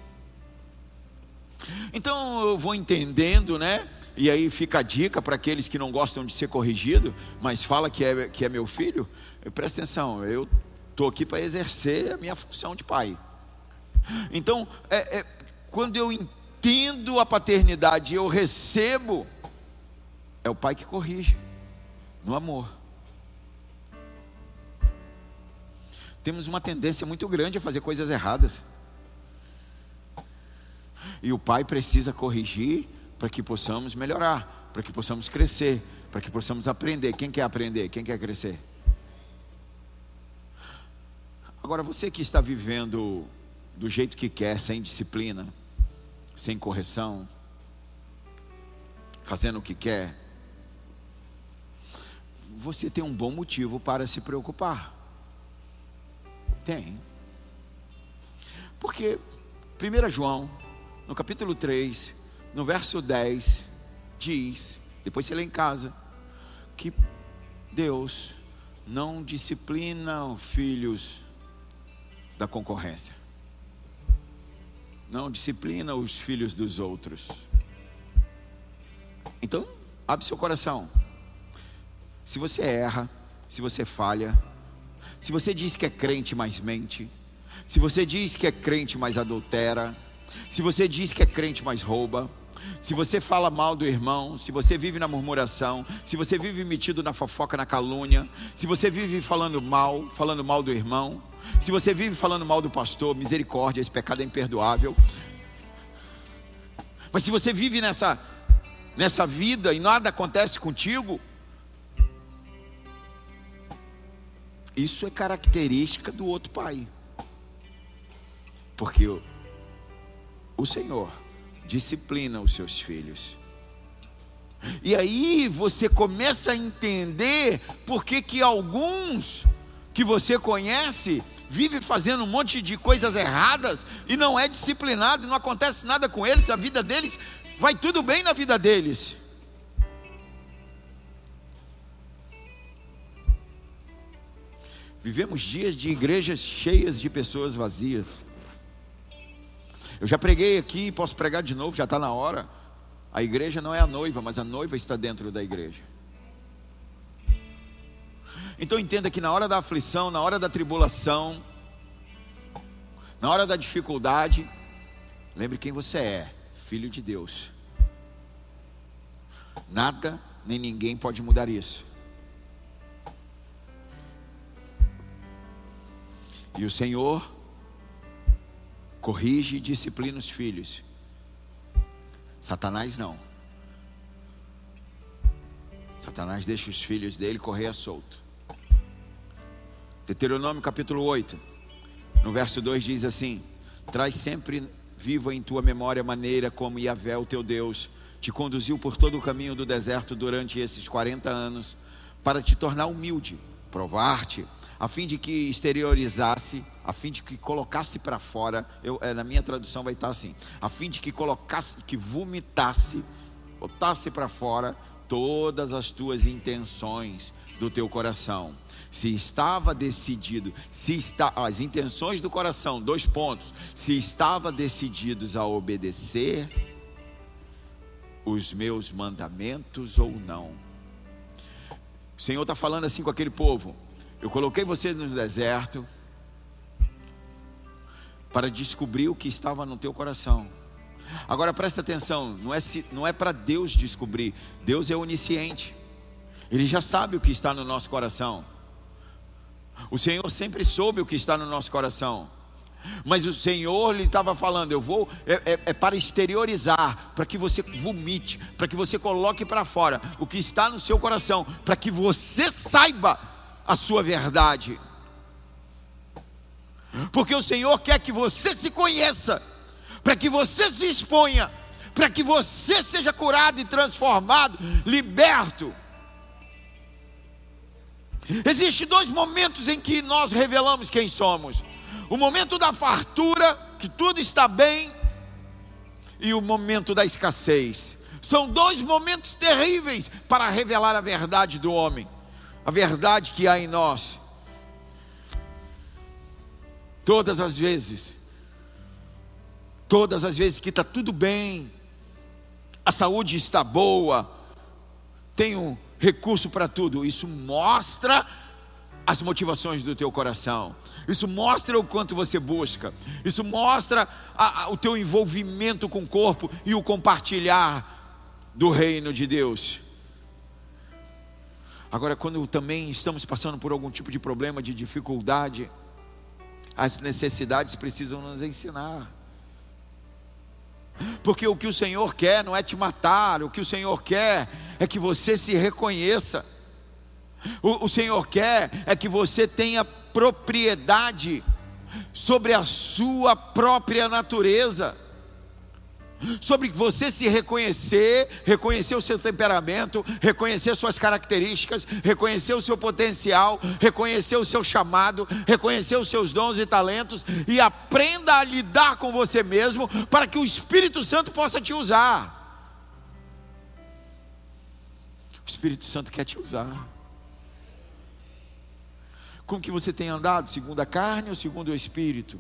Então eu vou entendendo, né? E aí fica a dica para aqueles que não gostam de ser corrigido, mas fala que é meu filho. Presta atenção, eu estou aqui para exercer a minha função de pai. Então quando eu entendo a paternidade, eu recebo, é o pai que corrige, no amor. Temos uma tendência muito grande a fazer coisas erradas, e o pai precisa corrigir para que possamos melhorar, para que possamos crescer, para que possamos aprender. Quem quer aprender? Quem quer crescer? Agora, você que está vivendo do jeito que quer, sem disciplina, sem correção, fazendo o que quer, você tem um bom motivo para se preocupar. Tem. Porque 1 João, no capítulo 3, no verso 10, diz, depois você lê em casa, que Deus não disciplina filhos da concorrência. Não disciplina os filhos dos outros. Então, abre seu coração. Se você erra, se você falha, se você diz que é crente, mas mente, se você diz que é crente, mas adultera, se você diz que é crente, mas rouba, se você fala mal do irmão, se você vive na murmuração, se você vive metido na fofoca, na calúnia, se você vive falando mal do irmão, se você vive falando mal do pastor, misericórdia, esse pecado é imperdoável. Mas se você vive nessa vida e nada acontece contigo, isso é característica do outro pai. Porque o Senhor disciplina os seus filhos. E aí você começa a entender por que alguns que você conhece vive fazendo um monte de coisas erradas e não é disciplinado, e não acontece nada com eles. A vida deles vai tudo bem na vida deles. Vivemos dias de igrejas cheias de pessoas vazias. Eu já preguei aqui, posso pregar de novo, já está na hora. A igreja não é a noiva, mas a noiva está dentro da igreja. Então entenda que na hora da aflição, na hora da tribulação, na hora da dificuldade, lembre quem você é: filho de Deus. Nada nem ninguém pode mudar isso. E o Senhor corrige e disciplina os filhos. Satanás não. Satanás deixa os filhos dele correr a solto. Deuteronômio capítulo 8, no verso 2 diz assim: traz sempre viva em tua memória a maneira como Yahvé, o teu Deus, te conduziu por todo o caminho do deserto durante esses 40 anos, para te tornar humilde, provar-te, a fim de que exteriorizasse, a fim de que colocasse para fora, na minha tradução vai estar assim, a fim de que colocasse, que vomitasse, botasse para fora todas as tuas intenções do teu coração. Se estava decidido, as intenções do coração, 2 pontos. Se estava decididos a obedecer os meus mandamentos ou não. O Senhor está falando assim com aquele povo: eu coloquei vocês no deserto para descobrir o que estava no teu coração. Agora presta atenção, não é para Deus descobrir. Deus é onisciente, Ele já sabe o que está no nosso coração. O Senhor sempre soube o que está no nosso coração, mas o Senhor lhe estava falando: eu vou, para exteriorizar, para que você vomite, para que você coloque para fora o que está no seu coração, para que você saiba a sua verdade. Porque o Senhor quer que você se conheça, para que você se exponha, para que você seja curado e transformado, liberto. Existem 2 momentos em que nós revelamos quem somos: o momento da fartura, que tudo está bem, e o momento da escassez. São 2 momentos terríveis para revelar a verdade do homem, a verdade que há em nós. Todas as vezes que está tudo bem, a saúde está boa, tenho recurso para tudo, isso mostra as motivações do teu coração, isso mostra o quanto você busca, isso mostra o teu envolvimento com o corpo e o compartilhar do reino de Deus. Agora, quando também estamos passando por algum tipo de problema, de dificuldade, as necessidades precisam nos ensinar. Porque o que o Senhor quer não é te matar, o que o Senhor quer é que você se reconheça. O Senhor quer é que você tenha propriedade sobre a sua própria natureza, sobre você se reconhecer o seu temperamento, reconhecer suas características, reconhecer o seu potencial, reconhecer o seu chamado, reconhecer os seus dons e talentos, e aprenda a lidar com você mesmo, para que o Espírito Santo possa te usar. O Espírito Santo quer te usar. Como que você tem andado? Segundo a carne ou segundo o Espírito?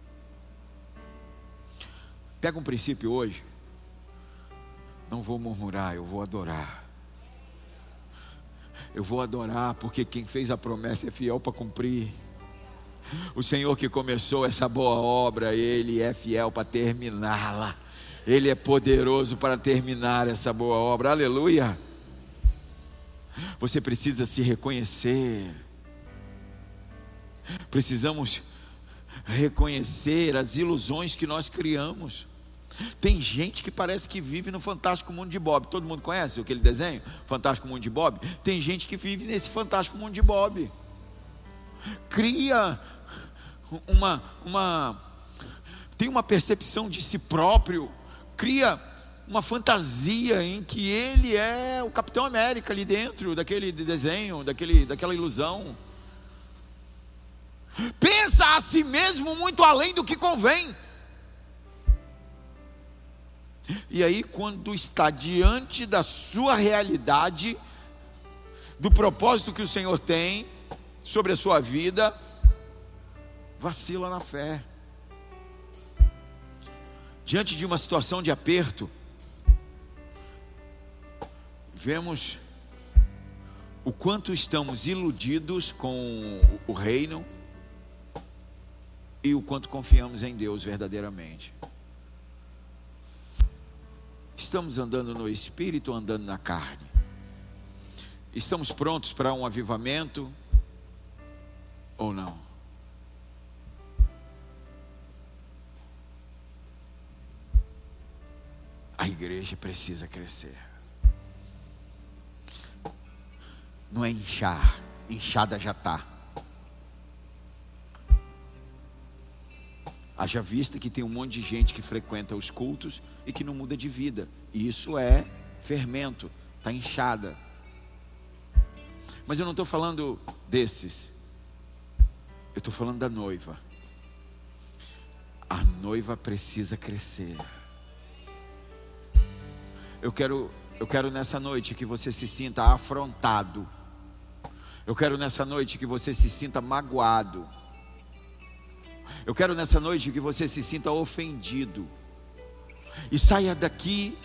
Pega um princípio hoje: não vou murmurar, eu vou adorar. Eu vou adorar, porque quem fez a promessa é fiel para cumprir. O Senhor que começou essa boa obra, Ele é fiel para terminá-la. Ele é poderoso para terminar essa boa obra. Aleluia. Você precisa se reconhecer. Precisamos reconhecer as ilusões que nós criamos. Tem gente que parece que vive no Fantástico Mundo de Bob. Todo mundo conhece aquele desenho, Fantástico Mundo de Bob? Tem gente que vive nesse Fantástico Mundo de Bob. Cria tem uma percepção de si próprio, cria uma fantasia em que ele é o Capitão América ali dentro daquele desenho, daquela ilusão. Pensa a si mesmo muito além do que convém. E aí, quando está diante da sua realidade, do propósito que o Senhor tem sobre a sua vida, vacila na fé. Diante de uma situação de aperto, vemos o quanto estamos iludidos com o reino e o quanto confiamos em Deus verdadeiramente. Estamos andando no Espírito ou andando na carne? Estamos prontos para um avivamento ou não? A igreja precisa crescer. Não é inchar, inchada já está. Haja vista que tem um monte de gente que frequenta os cultos e que não muda de vida. E isso é fermento, está inchada. Mas eu não estou falando desses. Eu estou falando da noiva. A noiva precisa crescer. Eu quero Eu quero nessa noite que você se sinta afrontado. Eu quero nessa noite que você se sinta magoado. Eu quero nessa noite que você se sinta ofendido. E saia daqui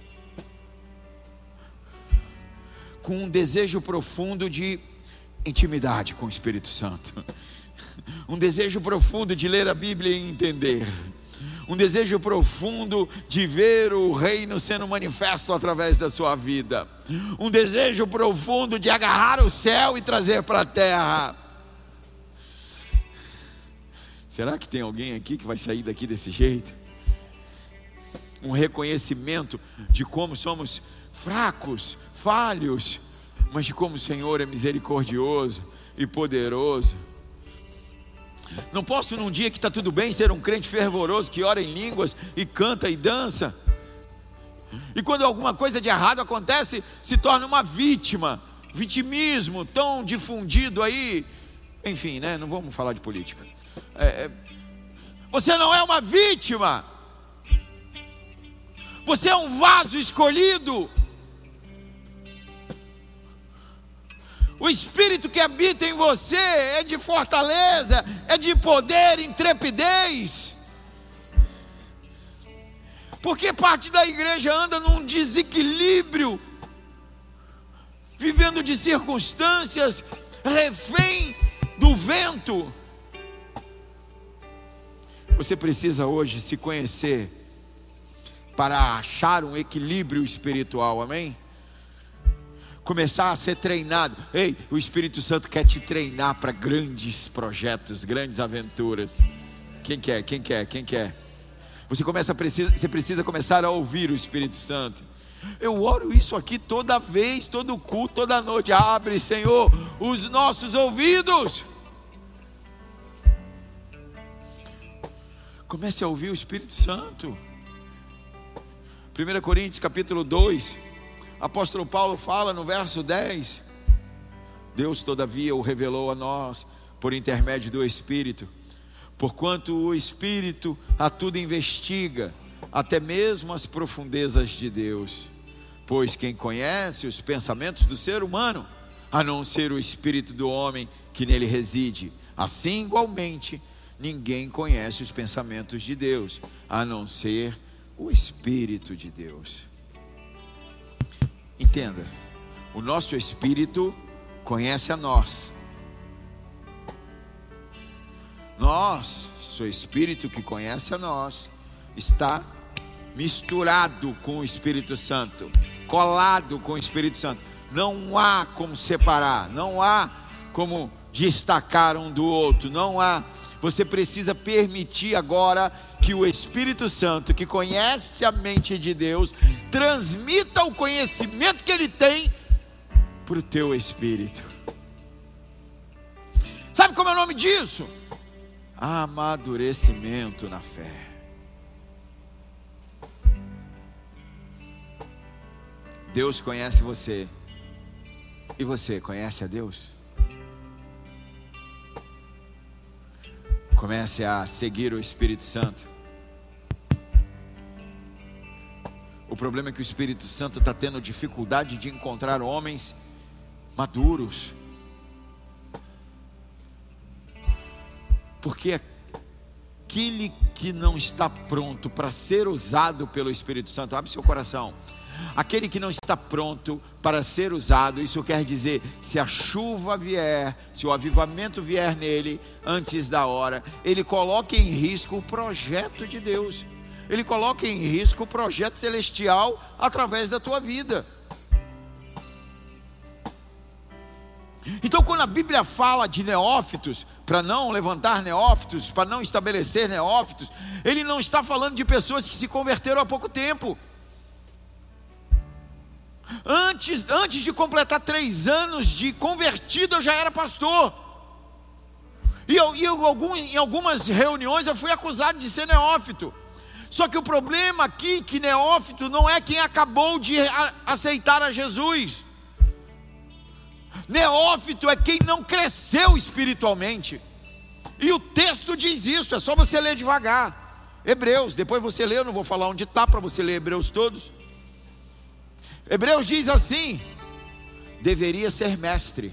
com um desejo profundo de intimidade com o Espírito Santo. Um desejo profundo de ler a Bíblia e entender. Um desejo profundo de ver o reino sendo manifesto através da sua vida. Um desejo profundo de agarrar o céu e trazer para a terra. Será que tem alguém aqui que vai sair daqui desse jeito? Um reconhecimento de como somos fracos, falhos, mas de como o Senhor é misericordioso e poderoso. Não posso num dia que está tudo bem ser um crente fervoroso que ora em línguas e canta e dança, e quando alguma coisa de errado acontece, se torna uma vítima. Vitimismo tão difundido aí. Enfim, né? Não vamos falar de política. Você não é uma vítima. Você é um vaso escolhido. O Espírito que habita em você é de fortaleza, é de poder, intrepidez. Porque parte da igreja anda num desequilíbrio, vivendo de circunstâncias, refém do vento. Você precisa hoje se conhecer para achar um equilíbrio espiritual, amém? Começar a ser treinado. Ei, o Espírito Santo quer te treinar para grandes projetos, grandes aventuras. Quem quer? Você precisa começar a ouvir o Espírito Santo. Eu oro isso aqui toda vez, todo culto, toda noite. Abre, Senhor, os nossos ouvidos. Comece a ouvir o Espírito Santo. 1 Coríntios capítulo 2, apóstolo Paulo fala no verso 10: Deus todavia o revelou a nós por intermédio do Espírito, porquanto o Espírito a tudo investiga, até mesmo as profundezas de Deus. Pois quem conhece os pensamentos do ser humano, a não ser o Espírito do homem que nele reside? Assim igualmente ninguém conhece os pensamentos de Deus, a não ser o Espírito de Deus. Entenda, o nosso Espírito conhece a nós. Seu Espírito que conhece a nós, está misturado com o Espírito Santo, colado com o Espírito Santo. Não há como separar, não há como destacar um do outro, não há. Você precisa permitir agora que o Espírito Santo, que conhece a mente de Deus, transmita o conhecimento que ele tem para o teu espírito. Sabe como é o nome disso? Amadurecimento na fé. Deus conhece você, e você conhece a Deus? Comece a seguir o Espírito Santo. O problema é que o Espírito Santo está tendo dificuldade de encontrar homens maduros, porque aquele que não está pronto para ser usado pelo Espírito Santo, abre seu coração. Aquele que não está pronto para ser usado, isso quer dizer, se a chuva vier, se o avivamento vier nele antes da hora, ele coloca em risco o projeto de Deus. Ele coloca em risco o projeto celestial através da tua vida. Então, quando a Bíblia fala de neófitos, para não levantar neófitos, para não estabelecer neófitos, ele não está falando de pessoas que se converteram há pouco tempo. Antes de completar 3 anos de convertido, eu já era pastor. E em algumas reuniões eu fui acusado de ser neófito. Só que o problema aqui, que neófito não é quem acabou de aceitar a Jesus. Neófito é quem não cresceu espiritualmente. E o texto diz isso, é só você ler devagar. Hebreus, depois você lê, eu não vou falar onde está, para você ler Hebreus todos. Hebreus diz assim: deveria ser mestre,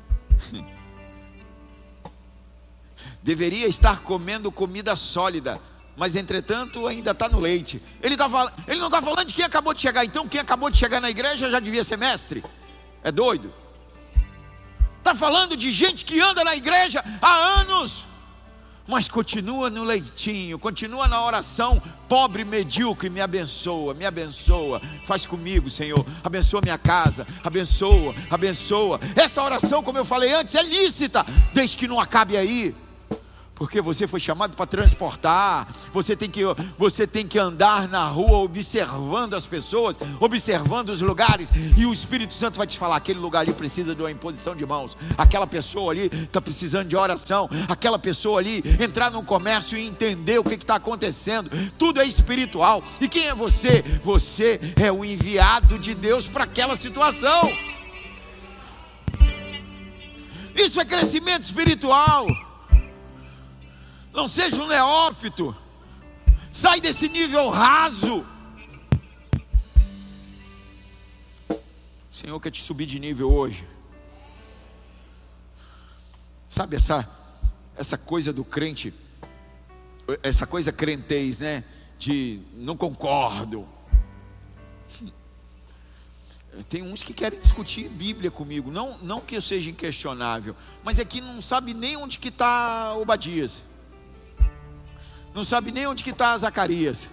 deveria estar comendo comida sólida, mas entretanto ainda está no leite. Ele não está falando de quem acabou de chegar. Então quem acabou de chegar na igreja já devia ser mestre? É doido. Está falando de gente que anda na igreja há anos, mas continua no leitinho, continua na oração. Pobre, medíocre, me abençoa, faz comigo, Senhor, abençoa minha casa, abençoa. Essa oração, como eu falei antes, é lícita, desde que não acabe aí. Porque você foi chamado para transportar. Você tem que andar na rua observando as pessoas, observando os lugares, e o Espírito Santo vai te falar: aquele lugar ali precisa de uma imposição de mãos, aquela pessoa ali está precisando de oração, aquela pessoa ali entrar num comércio e entender o que está acontecendo. Tudo é espiritual. E quem é você? Você é o enviado de Deus para aquela situação. Isso é crescimento espiritual. Não seja um neófito. Sai desse nível raso. O Senhor quer te subir de nível hoje. Sabe essa coisa do crente, essa coisa crentez, né? De não concordo. Tem uns que querem discutir Bíblia comigo. Não que eu seja inquestionável, mas é que não sabe nem onde que está Obadias. Não sabe nem onde que está Zacarias.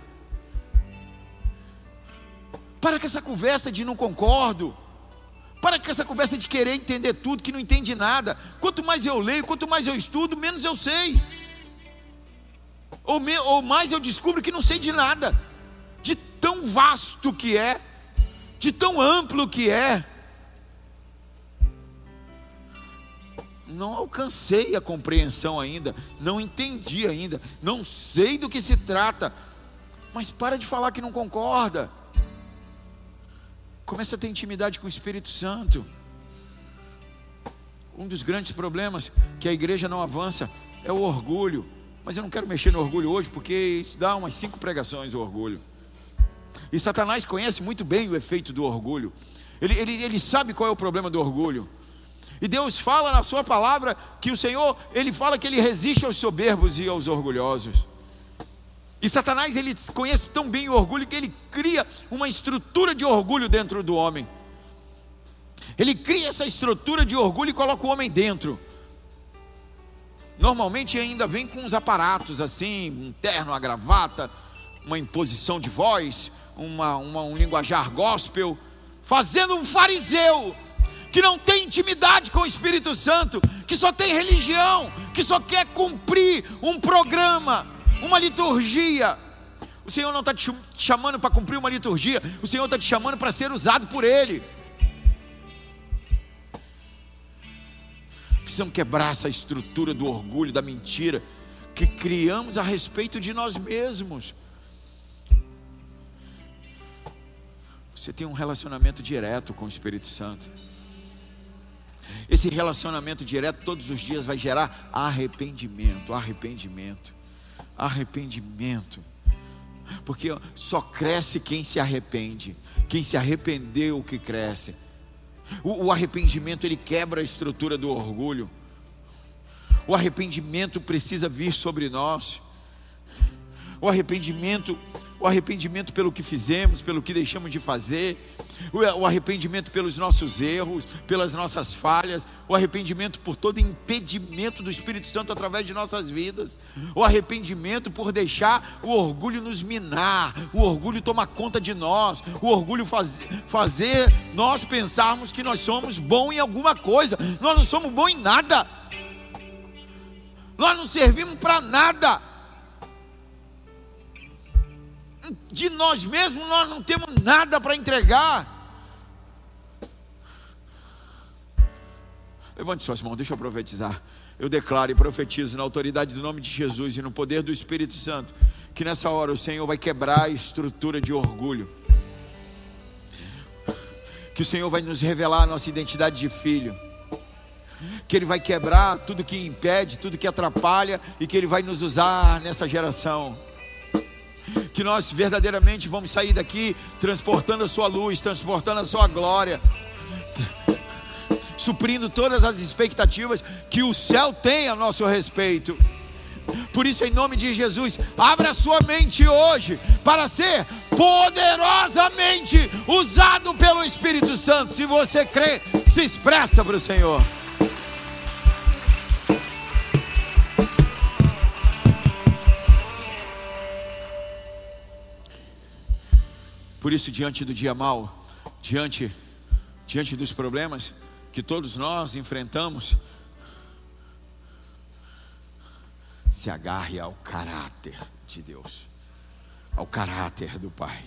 Para com essa conversa de não concordo. Para com essa conversa de querer entender tudo, que não entende nada. Quanto mais eu leio, quanto mais eu estudo, menos eu sei. Ou mais eu descubro que não sei de nada. De tão vasto que é, de tão amplo que é. Não alcancei a compreensão ainda, não entendi ainda, não sei do que se trata. Mas para de falar que não concorda. Comece a ter intimidade com o Espírito Santo. Um dos grandes problemas que a igreja não avança é o orgulho. Mas eu não quero mexer no orgulho hoje, porque isso dá umas 5 pregações, o orgulho. E Satanás conhece muito bem o efeito do orgulho. Ele sabe qual é o problema do orgulho. E Deus fala na sua palavra que o Senhor, Ele fala que Ele resiste aos soberbos e aos orgulhosos. E Satanás, ele conhece tão bem o orgulho que ele cria uma estrutura de orgulho dentro do homem. Ele cria essa estrutura de orgulho e coloca o homem dentro. Normalmente ainda vem com uns aparatos assim, um terno, uma gravata, uma imposição de voz, um linguajar gospel, fazendo um fariseu que não tem intimidade com o Espírito Santo, que só tem religião, que só quer cumprir um programa, uma liturgia. O Senhor não está te chamando para cumprir uma liturgia, o Senhor está te chamando para ser usado por Ele. Precisamos quebrar essa estrutura do orgulho, da mentira que criamos a respeito de nós mesmos. Você tem um relacionamento direto com o Espírito Santo. Esse relacionamento direto todos os dias vai gerar arrependimento. Porque só cresce quem se arrepende. Quem se arrependeu que cresce. O arrependimento, ele quebra a estrutura do orgulho. O arrependimento precisa vir sobre nós. O arrependimento pelo que fizemos, pelo que deixamos de fazer. O arrependimento pelos nossos erros, pelas nossas falhas. O arrependimento por todo impedimento do Espírito Santo através de nossas vidas. O arrependimento por deixar o orgulho nos minar, o orgulho tomar conta de nós, o orgulho fazer nós pensarmos que nós somos bons em alguma coisa. Nós não somos bons em nada. Nós não servimos para nada. De nós mesmos nós não temos nada para entregar. Levante suas mãos, deixa eu profetizar. Eu declaro e profetizo na autoridade do nome de Jesus e no poder do Espírito Santo, que nessa hora o Senhor vai quebrar a estrutura de orgulho. Que o Senhor vai nos revelar a nossa identidade de filho. Que Ele vai quebrar tudo que impede, tudo que atrapalha, e que Ele vai nos usar nessa geração. que nós verdadeiramente vamos sair daqui transportando a sua luz, transportando a sua glória, suprindo todas as expectativas que o céu tem a nosso respeito. Por isso, em nome de Jesus, abra sua mente hoje para ser poderosamente usado pelo Espírito Santo. Se você crê, se expressa para o Senhor. Por isso, diante do dia mau, diante dos problemas que todos nós enfrentamos, se agarre ao caráter de Deus, ao caráter do Pai.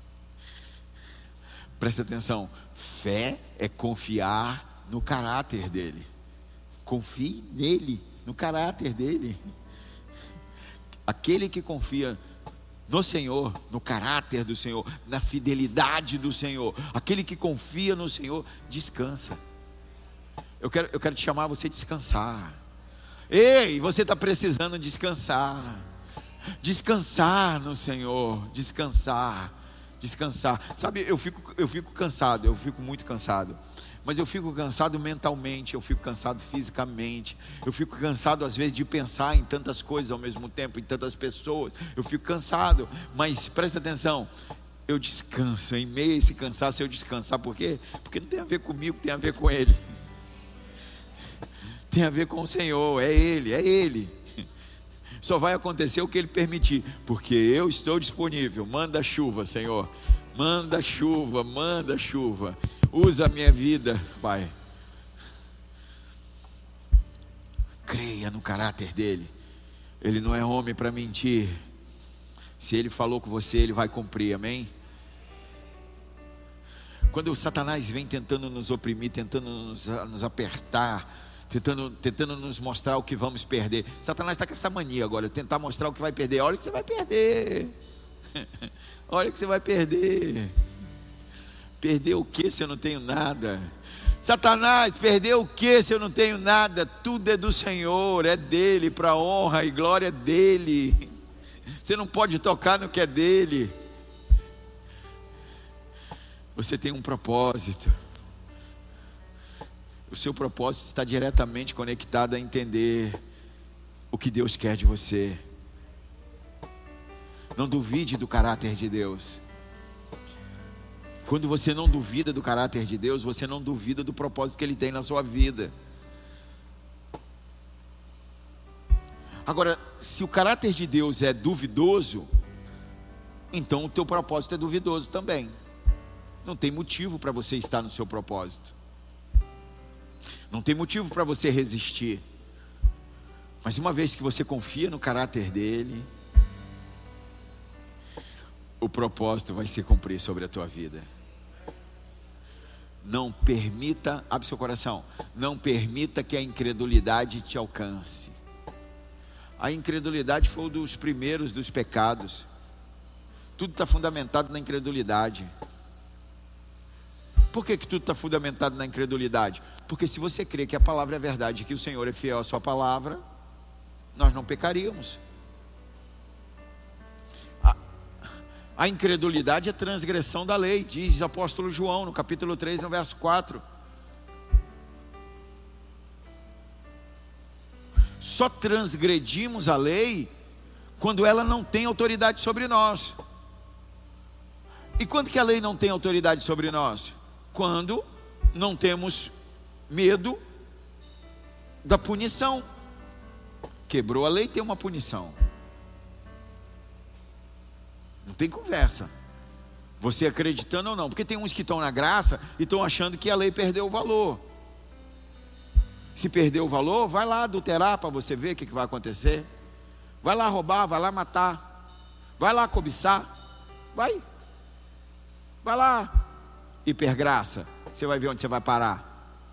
Presta atenção, fé é confiar no caráter dele. Confie nele, no caráter dele. Aquele que confia no Senhor, no caráter do Senhor, na fidelidade do Senhor, aquele que confia no Senhor, descansa. Eu quero te chamar a você descansar. Ei, você está precisando descansar. Descansar no Senhor, descansar. Sabe, eu fico cansado, eu fico muito cansado. Mas eu fico cansado mentalmente, eu fico cansado fisicamente, eu fico cansado às vezes de pensar em tantas coisas ao mesmo tempo, em tantas pessoas. Eu fico cansado, mas presta atenção, eu descanso, em meio a esse cansaço eu descanso. Sabe por quê? Porque não tem a ver comigo, tem a ver com Ele. Tem a ver com o Senhor, é Ele. Só vai acontecer o que Ele permitir, porque eu estou disponível. Manda chuva, Senhor, manda chuva. Usa a minha vida, Pai. Creia no caráter dele. Ele não é homem para mentir. Se Ele falou com você, Ele vai cumprir, amém? Quando o Satanás vem tentando nos oprimir, tentando nos apertar, tentando nos mostrar o que vamos perder. Satanás está com essa mania agora, tentar mostrar o que vai perder. Olha o que você vai perder. Olha o que você vai perder. Perder o que se eu não tenho nada? Satanás, perder o que se eu não tenho nada? Tudo é do Senhor, é dele, para a honra e glória dele. Você não pode tocar no que é dele. Você tem um propósito. O seu propósito está diretamente conectado a entender o que Deus quer de você. Não duvide do caráter de Deus. Quando você não duvida do caráter de Deus, você não duvida do propósito que Ele tem na sua vida. Agora, se o caráter de Deus é duvidoso, então o teu propósito é duvidoso também. Não tem motivo para você estar no seu propósito. Não tem motivo para você resistir. Mas uma vez que você confia no caráter dele, o propósito vai se cumprir sobre a tua vida. Não permita, abre seu coração, não permita que a incredulidade te alcance. A incredulidade foi um dos primeiros dos pecados. Tudo está fundamentado na incredulidade. Por que tudo está fundamentado na incredulidade? Porque se você crê que a palavra é verdade, que o Senhor é fiel à sua palavra, nós não pecaríamos. A incredulidade é transgressão da lei, diz o apóstolo João no capítulo 3, no verso 4. Só transgredimos a lei quando ela não tem autoridade sobre nós. E quando que a lei não tem autoridade sobre nós? Quando não temos medo da punição. Quebrou a lei, tem uma punição. Não tem conversa. Você acreditando ou não. Porque tem uns que estão na graça e estão achando que a lei perdeu o valor. Se perdeu o valor, vai lá adulterar para você ver o que vai acontecer. Vai lá roubar, vai lá matar. Vai lá cobiçar. Vai lá. Hipergraça. Você vai ver onde você vai parar.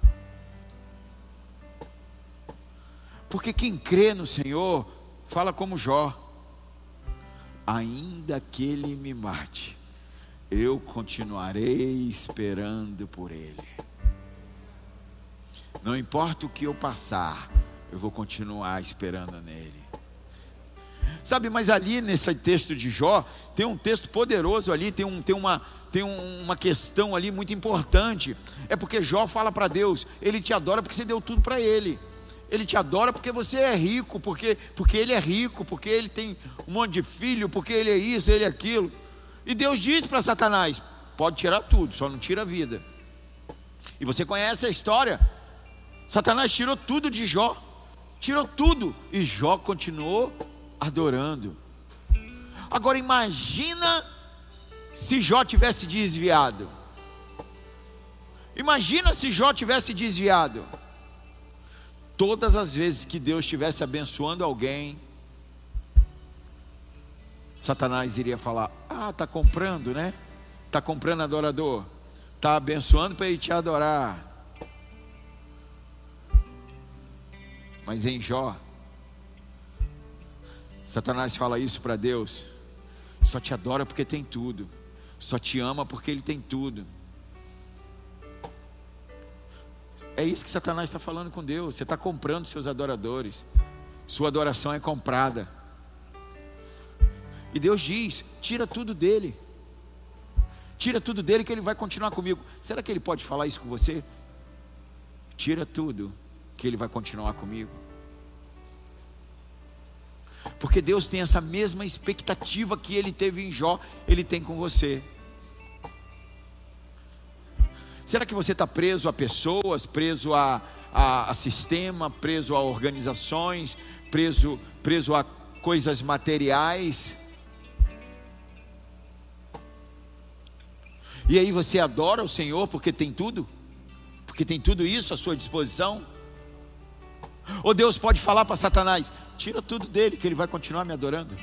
Porque quem crê no Senhor, fala como Jó. Ainda que Ele me mate, eu continuarei esperando por Ele. Não importa o que eu passar, eu vou continuar esperando nele. Sabe, mas ali nesse texto de Jó, tem um texto poderoso ali, tem uma questão ali muito importante. É porque Jó fala para Deus, ele te adora porque você deu tudo para ele. Ele te adora porque você é rico, porque ele é rico, porque ele tem um monte de filho, porque ele é isso, ele é aquilo. E Deus diz para Satanás, pode tirar tudo, só não tira a vida. E você conhece a história. Satanás tirou tudo de Jó, tirou tudo, e Jó continuou adorando. Agora imagina se Jó tivesse desviado. Imagina se Jó tivesse desviado. Todas as vezes que Deus estivesse abençoando alguém, Satanás iria falar, está comprando, né? Está comprando adorador, está abençoando para ele te adorar. Mas em Jó, Satanás fala isso para Deus, só te adora porque tem tudo, só te ama porque ele tem tudo. É isso que Satanás está falando com Deus. Você está comprando seus adoradores, sua adoração é comprada. E Deus diz, tira tudo dele, tira tudo dele que ele vai continuar comigo. Será que ele pode falar isso com você? Tira tudo que ele vai continuar comigo. Porque Deus tem essa mesma expectativa que ele teve em Jó, ele tem com você. Será que você está preso a pessoas, preso a sistema, preso a organizações, preso a coisas materiais? E aí você adora o Senhor porque tem tudo? Porque tem tudo isso à sua disposição? Ou Deus pode falar para Satanás, tira tudo dele que ele vai continuar me adorando?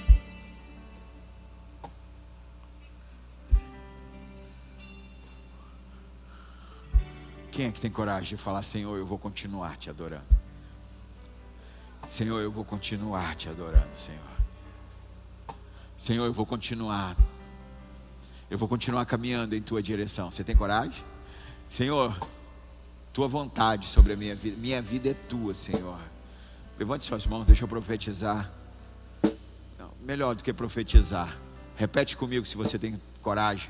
Quem é que tem coragem de falar, Senhor, eu vou continuar te adorando? Senhor, eu vou continuar te adorando, Senhor. Senhor, eu vou continuar caminhando em tua direção. Você tem coragem? Senhor, tua vontade sobre a minha vida é tua, Senhor. Levante suas mãos, deixa eu profetizar. Não, melhor do que profetizar, repete comigo se você tem coragem.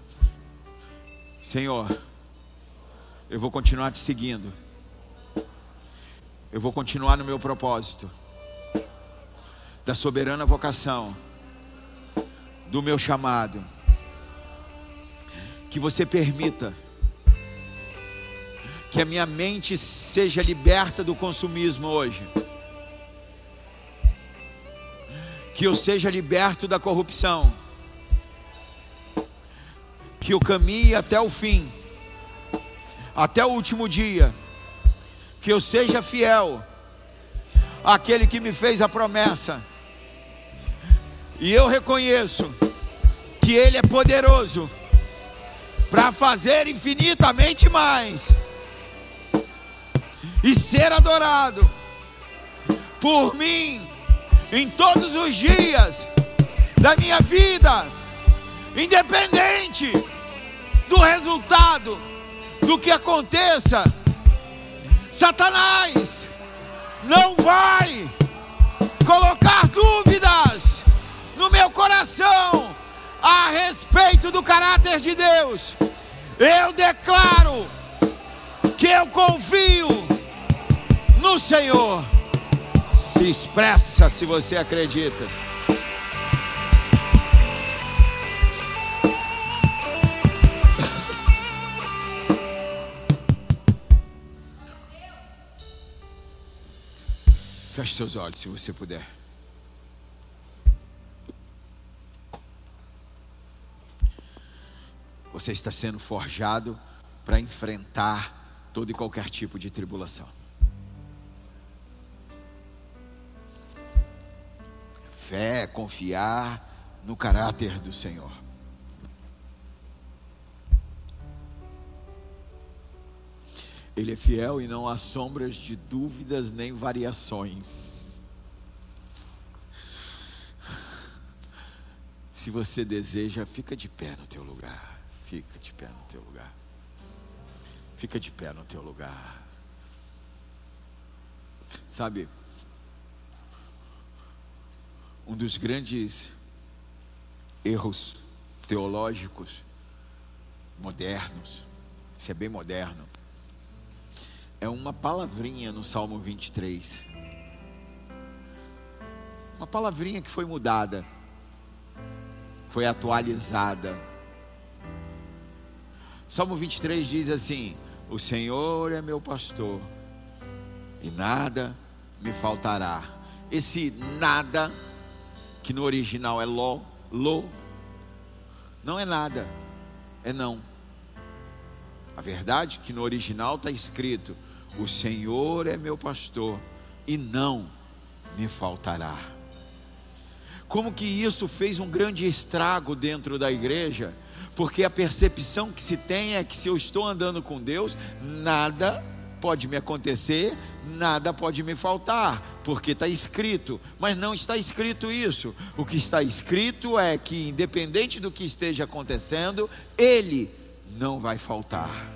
Senhor, eu vou continuar te seguindo, eu vou continuar no meu propósito, da soberana vocação, do meu chamado. Que você permita que a minha mente seja liberta do consumismo hoje, que eu seja liberto da corrupção, que eu caminhe até o fim, até o último dia, que eu seja fiel àquele que me fez a promessa, e eu reconheço que Ele é poderoso para fazer infinitamente mais, e ser adorado por mim em todos os dias da minha vida, independente do resultado, do que aconteça. Satanás não vai colocar dúvidas no meu coração a respeito do caráter de Deus. Eu declaro que eu confio no Senhor. Se expressa se você acredita. Feche seus olhos se você puder. Você está sendo forjado para enfrentar todo e qualquer tipo de tribulação. Fé é confiar no caráter do Senhor. Ele é fiel e não há sombras de dúvidas nem variações. Se você deseja, fica de pé no teu lugar. Fica de pé no teu lugar. Fica de pé no teu lugar. Sabe, um dos grandes erros teológicos modernos, isso é bem moderno, é uma palavrinha no Salmo 23, uma palavrinha que foi mudada, foi atualizada. Salmo 23 diz assim: o Senhor é meu pastor e nada me faltará. Esse nada, que no original é lo, não é nada, é não. A verdade é que no original está escrito: o Senhor é meu pastor e não me faltará. Como que isso fez um grande estrago dentro da igreja? Porque a percepção que se tem é que se eu estou andando com Deus, nada pode me acontecer, nada pode me faltar, porque está escrito. Mas não está escrito isso. O que está escrito é que, independente do que esteja acontecendo, Ele não vai faltar.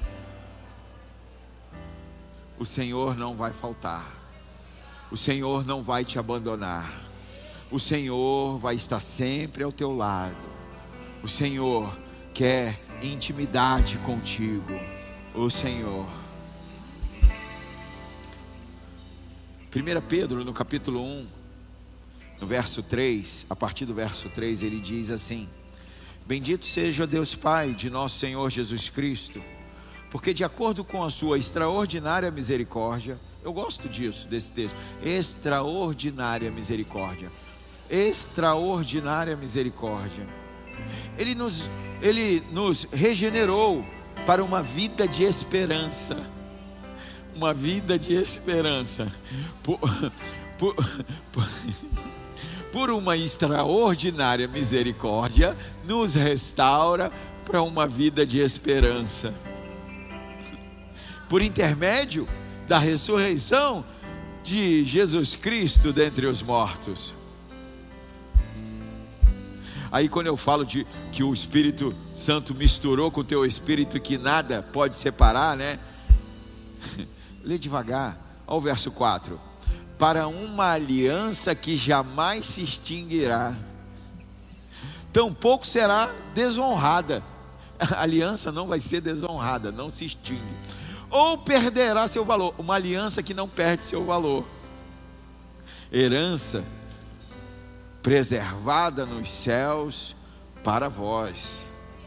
O Senhor não vai faltar. O Senhor não vai te abandonar. O Senhor vai estar sempre ao teu lado. O Senhor quer intimidade contigo. O Senhor. 1 Pedro, no capítulo 1, no verso 3, a partir do verso 3, ele diz assim: bendito seja Deus Pai de nosso Senhor Jesus Cristo, porque de acordo com a sua extraordinária misericórdia, eu gosto disso, desse texto, extraordinária misericórdia, extraordinária misericórdia, Ele nos regenerou para uma vida de esperança, uma vida de esperança, por uma extraordinária misericórdia, nos restaura para uma vida de esperança, por intermédio da ressurreição de Jesus Cristo dentre os mortos. Aí quando eu falo de que o Espírito Santo misturou com o teu espírito, que nada pode separar, né? Lê devagar, ao verso 4. Para uma aliança que jamais se extinguirá, tampouco será desonrada. A aliança não vai ser desonrada, não se extingue. Ou perderá seu valor. Uma aliança que não perde seu valor. Herança preservada nos céus para vós,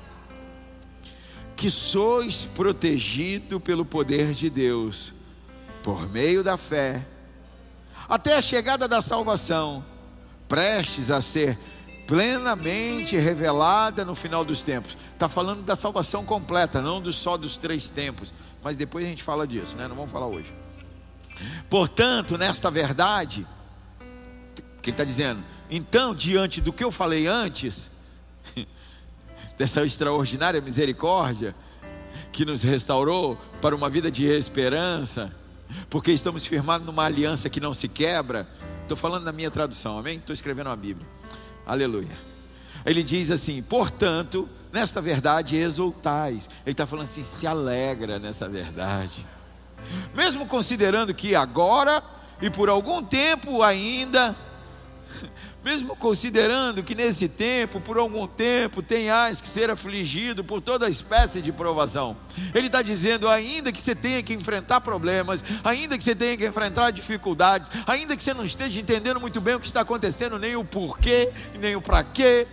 que sois protegido pelo poder de Deus, por meio da fé, até a chegada da salvação, prestes a ser plenamente revelada no final dos tempos. Está falando da salvação completa, não só dos 3 tempos, mas depois a gente fala disso, né? Não vamos falar hoje. Portanto, nesta verdade, que ele está dizendo, então, diante do que eu falei antes, dessa extraordinária misericórdia, que nos restaurou para uma vida de esperança, porque estamos firmados numa aliança que não se quebra. Estou falando na minha tradução, amém? Estou escrevendo uma Bíblia, aleluia. Ele diz assim: portanto, nesta verdade exultais. Ele está falando assim, se alegra nessa verdade, mesmo considerando que agora e por algum tempo ainda, mesmo considerando que nesse tempo, por algum tempo, tenhais que ser afligido por toda espécie de provação. Ele está dizendo, ainda que você tenha que enfrentar problemas, ainda que você tenha que enfrentar dificuldades, ainda que você não esteja entendendo muito bem o que está acontecendo, nem o porquê, nem o para quê.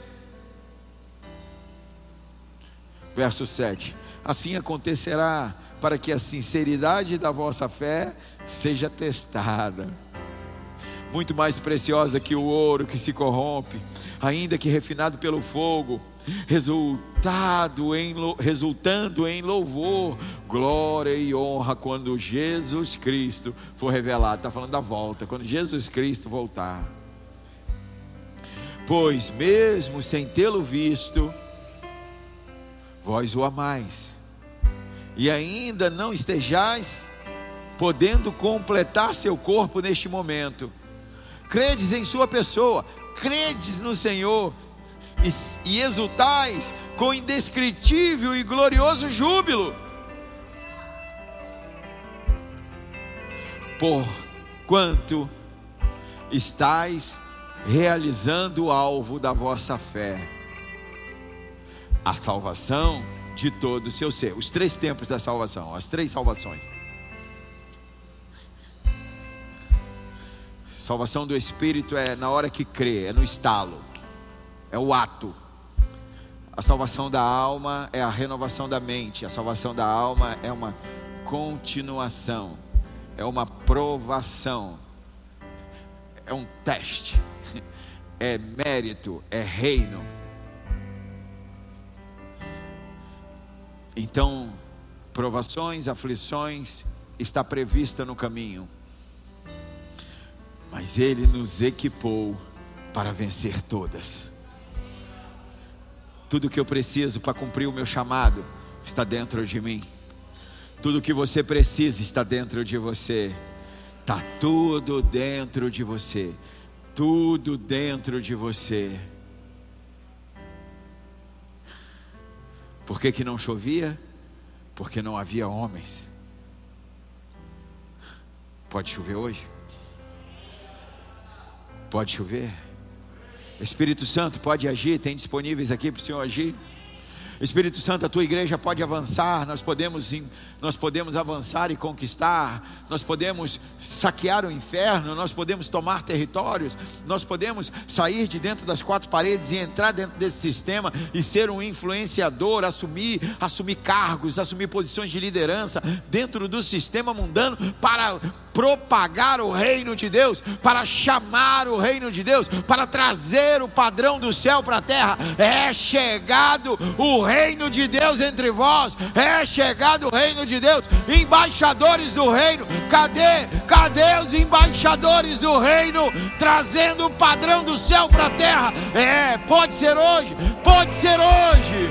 Verso 7: assim acontecerá, para que a sinceridade da vossa fé seja testada, muito mais preciosa que o ouro que se corrompe, ainda que refinado pelo fogo, resultando em louvor, glória e honra quando Jesus Cristo for revelado. Está falando da volta, quando Jesus Cristo voltar. Pois mesmo sem tê-lo visto, vós o amais, e ainda não estejais podendo completar seu corpo neste momento. Credes em sua pessoa, credes no Senhor, e exultais com indescritível e glorioso júbilo, porquanto estáis realizando o alvo da vossa fé, a salvação de todo o seu ser. Os 3 tempos da salvação, as 3 salvações. Salvação do Espírito é na hora que crê, é no estalo, é o ato. A salvação da alma é a renovação da mente. A salvação da alma é uma continuação, é uma provação, é um teste, é mérito, é reino. Então, provações, aflições está prevista no caminho, mas Ele nos equipou para vencer todas. Tudo que eu preciso para cumprir o meu chamado está dentro de mim. Tudo que você precisa está dentro de você. Está tudo dentro de você. Tudo dentro de você. Por que não chovia? Porque não havia homens. Pode chover hoje? Pode chover? Espírito Santo pode agir, tem disponíveis aqui para o Senhor agir. Espírito Santo, a tua igreja pode avançar, nós podemos avançar e conquistar, nós podemos saquear o inferno, nós podemos tomar territórios, nós podemos sair de dentro das 4 paredes e entrar dentro desse sistema e ser um influenciador, assumir cargos, assumir posições de liderança dentro do sistema mundano para propagar o reino de Deus, para chamar o reino de Deus, para trazer o padrão do céu para a terra. É chegado o reino de Deus entre vós, é chegado o reino de Deus, embaixadores do reino. Cadê os embaixadores do reino, trazendo o padrão do céu para a terra? Pode ser hoje, pode ser hoje.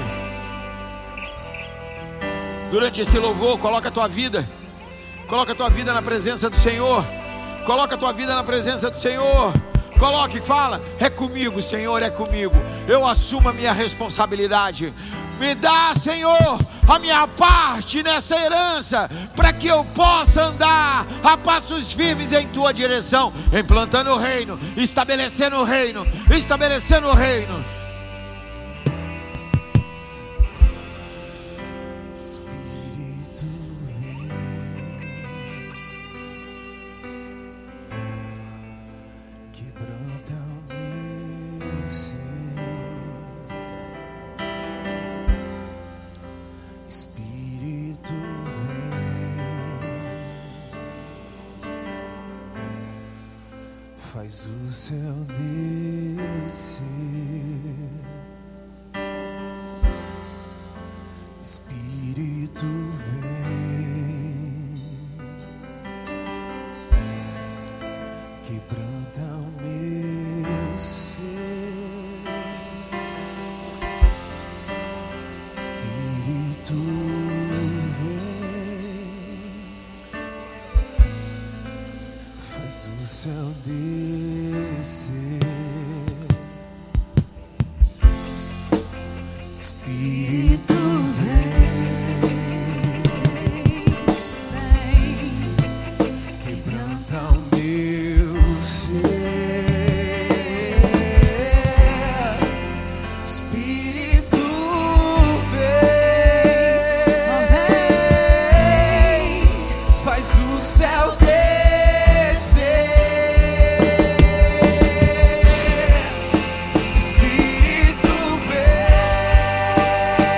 Durante esse louvor, coloca a tua vida na presença do Senhor. Coloca a tua vida na presença do Senhor. Coloque, fala: é comigo, Senhor, é comigo. Eu assumo a minha responsabilidade. Me dá, Senhor, a minha parte nessa herança, para que eu possa andar a passos firmes em tua direção, implantando o reino, estabelecendo o reino, estabelecendo o reino. Faz o céu descer, Espírito vem, quebranta o meu ser, Espírito vem, faz o céu descer, Espírito vem, quebranta o meu ser, Espírito vem, faz o céu descer, Espírito vem.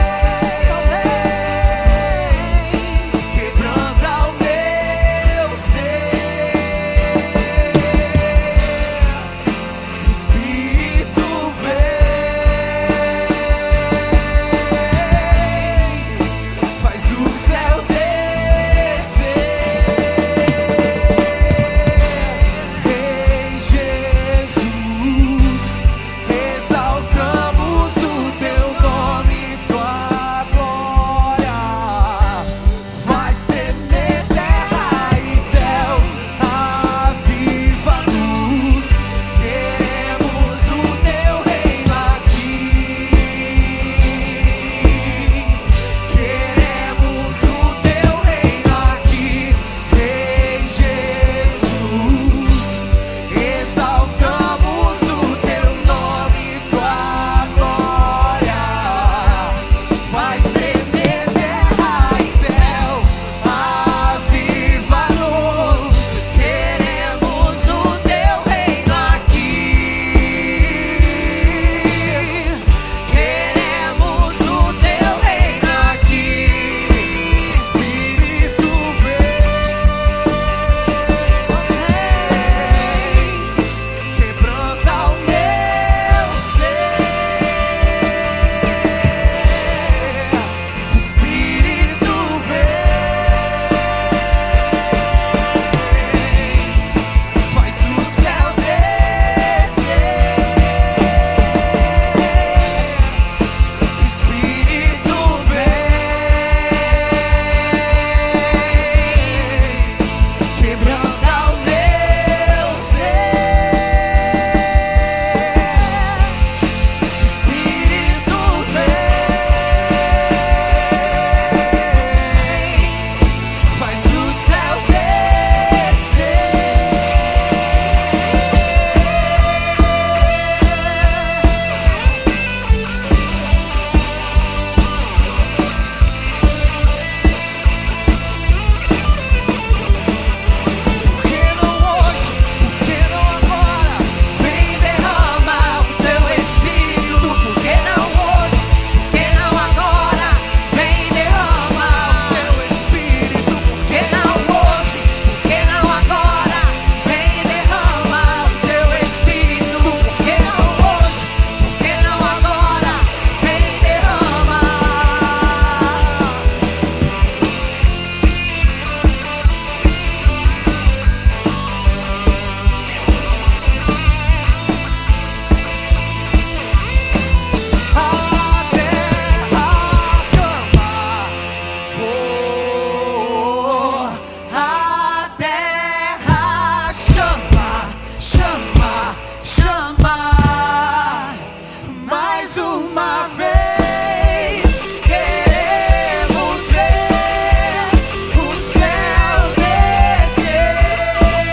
uma vez queremos ver o céu descer,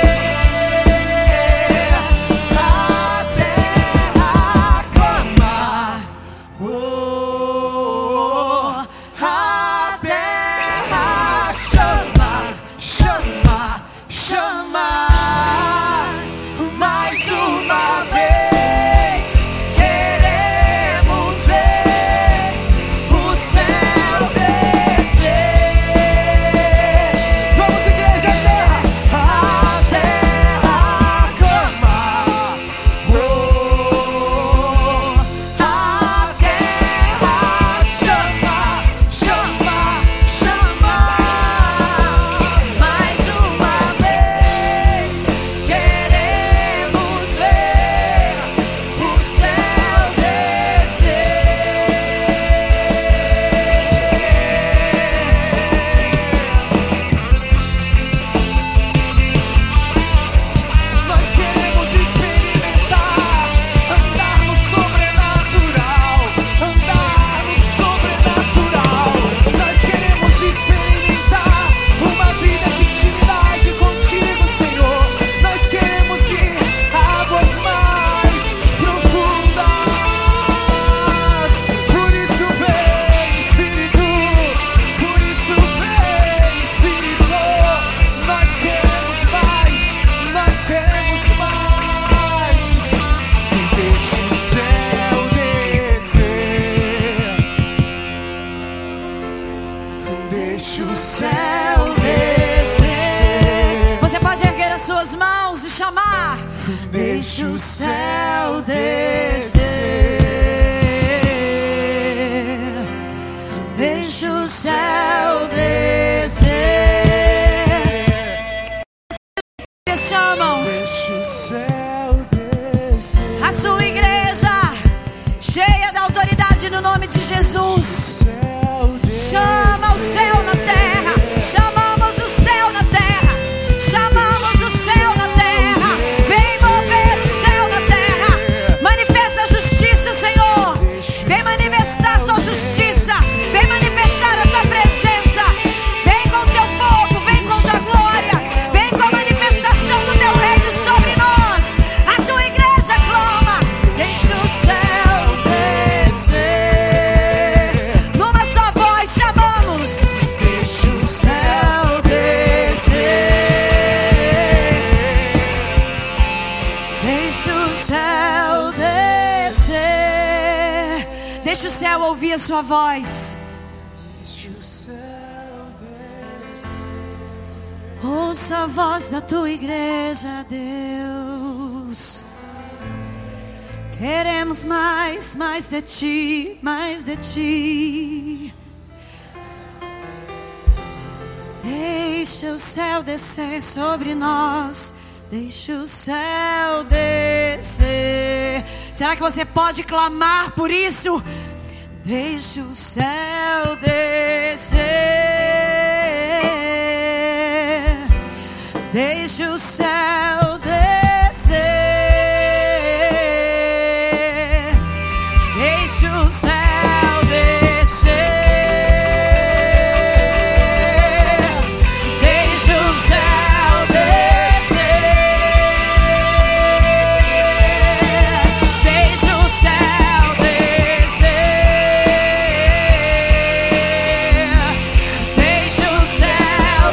a terra clamar, oh, a terra chama, chama, chama. Mais uma vez queremos ver o céu descer. Vamos, igreja, a terra clama, oh, a terra chama, chama, chama. Mais uma vez queremos ver o céu Nós queremos experimentar, andar no sobrenatural, andar no sobrenatural. Nós queremos experimentar uma vida de intimidade contigo, Senhor. Nós queremos ir a águas mais profundas. Por isso vem, Espírito, por isso vem, Espírito. Nós queremos mais, nós queremos mais. E deixa o céu descer, deixa o céu descer. Você pode erguer as suas mãos e chamar. Deixa o céu descer, Deixa o céu descer. Eles chamam deixa o céu descer, a sua igreja cheia da autoridade no nome de Jesus. Chama o céu na terra. Chamamos o céu na terra. Chamamos o céu na terra. Vem mover o céu na terra. Manifesta a justiça, Senhor. Vem manifestar sua justiça. Vem manifestar a tua presença. Vem com teu fogo. Vem com tua glória. Vem com a manifestação do teu reino sobre nós. A tua igreja clama. Deixa o céu descer. Numa só voz chamamos. deixa o céu descer, Deixa o céu descer. Deixa o céu ouvir a sua voz. deixa o céu descer. Ouça a voz da tua igreja, Deus. Queremos mais, mais de ti, mais de ti. Deixa o céu descer sobre nós. Deixa o céu descer. Será que você pode clamar por isso? Deixa o céu descer. Deixa o céu descer. Deixa o céu descer. Deixa o céu descer. Deixa o céu descer. Deixa o céu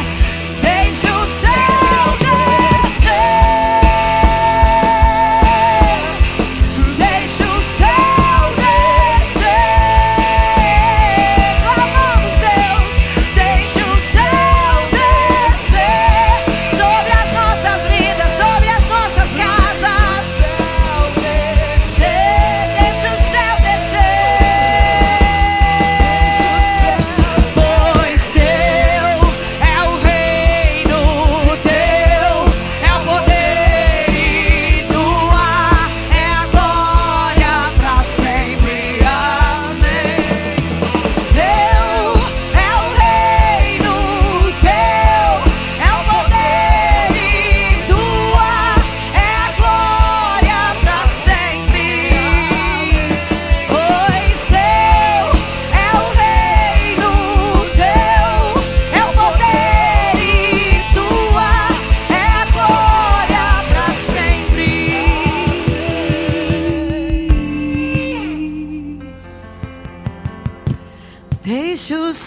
descer. Deixa o céu descer.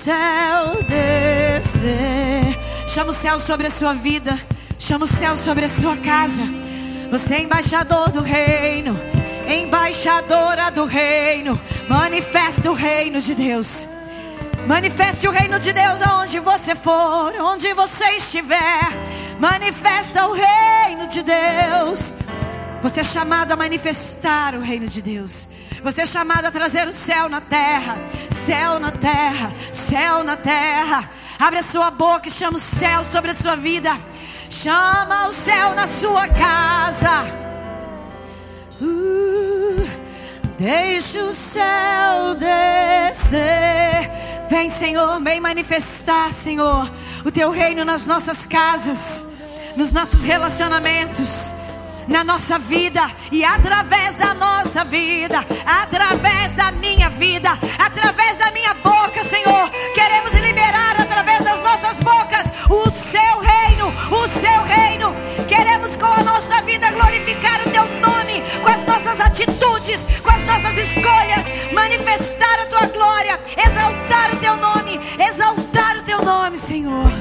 céu descer. Chama o céu sobre a sua vida. Chama o céu sobre a sua casa. Você é embaixador do reino, embaixadora do reino. Manifesta o reino de Deus. Manifeste o reino de Deus aonde você for, onde você estiver. Manifesta o reino de Deus. Você é chamado a manifestar o reino de Deus. Você é chamado a trazer o céu na terra. Céu na terra, céu na terra. Abre a sua boca e chama o céu sobre a sua vida. Chama o céu na sua casa. Deixa o céu descer. Vem, Senhor, vem manifestar, Senhor, o teu reino nas nossas casas, nos nossos relacionamentos, na nossa vida e através da nossa vida, através da minha vida, através da minha boca, Senhor. Queremos liberar através das nossas bocas o seu reino, o seu reino. Queremos com a nossa vida glorificar o teu nome, com as nossas atitudes, com as nossas escolhas, manifestar a tua glória, exaltar o teu nome, exaltar o teu nome, Senhor.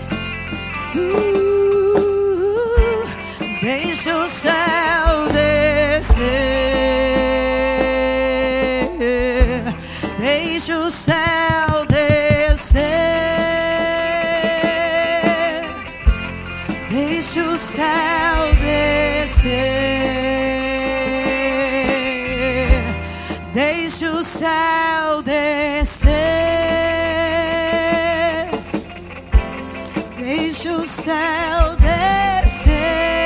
Deixa o céu descer. Deixa o céu descer. Deixa o céu descer. Deixa o céu descer. Deixa o céu descer.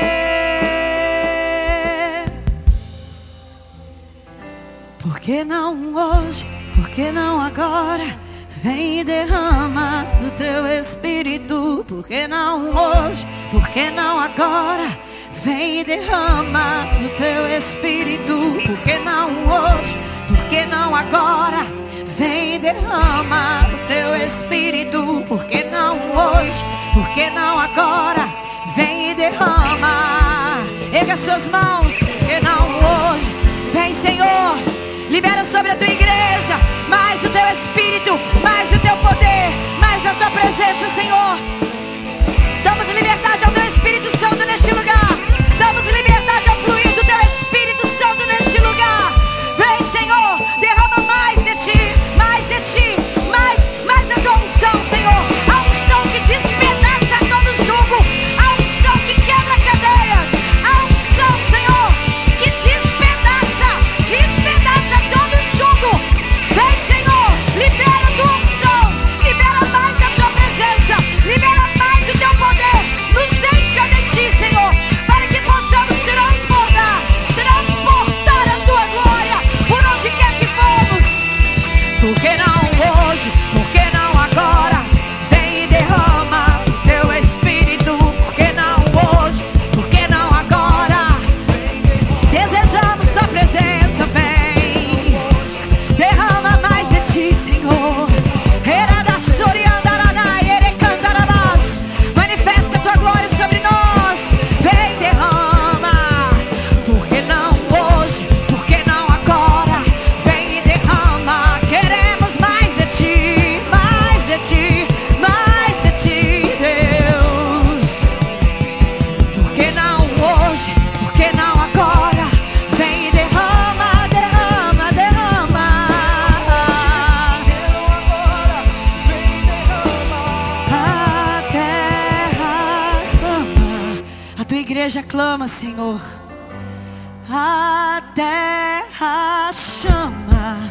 Por que não hoje? Por que não agora? Vem derrama do teu espírito. Por que não hoje? Por que não agora? Vem derrama do teu espírito. Por que não hoje? Por que não agora? Vem derrama do teu espírito. Por que não hoje? Por que não agora? Vem e derrama. Erga suas mãos. Por que não hoje? Vem, Senhor. Libera sobre a tua igreja mais do teu espírito, mais do teu poder, mais da tua presença, Senhor. Damos liberdade ao teu Espírito Santo neste lugar. Damos liberdade ao fluir do teu Espírito Santo neste lugar. Vem, Senhor, derrama mais de ti, mais de ti, mais da tua unção, Senhor. A unção que despedaça todo jugo, a unção que quebra cadeias, a unção, Senhor, que despedaça todo jugo. Vem, Senhor, libera a tua unção, libera mais da tua presença, libera mais do teu poder. Nos encha de ti, Senhor, para que possamos transportar a tua glória por onde quer que formos. Por que não hoje? Por que não agora? Vem e derrama o teu espírito. Por que não hoje? Por que não agora? Desejamos tua presença, vem. Derrama mais de ti, Senhor. Manifesta a tua glória sobre nós. Vem, derrama. Por que não hoje? Por que não agora? Vem e derrama. Queremos mais de ti, mais de ti, mais de ti, Deus. Por que não hoje? Por que não agora? Vem e derrama, derrama, derrama. A terra clama, a tua igreja clama, Senhor. A terra chama.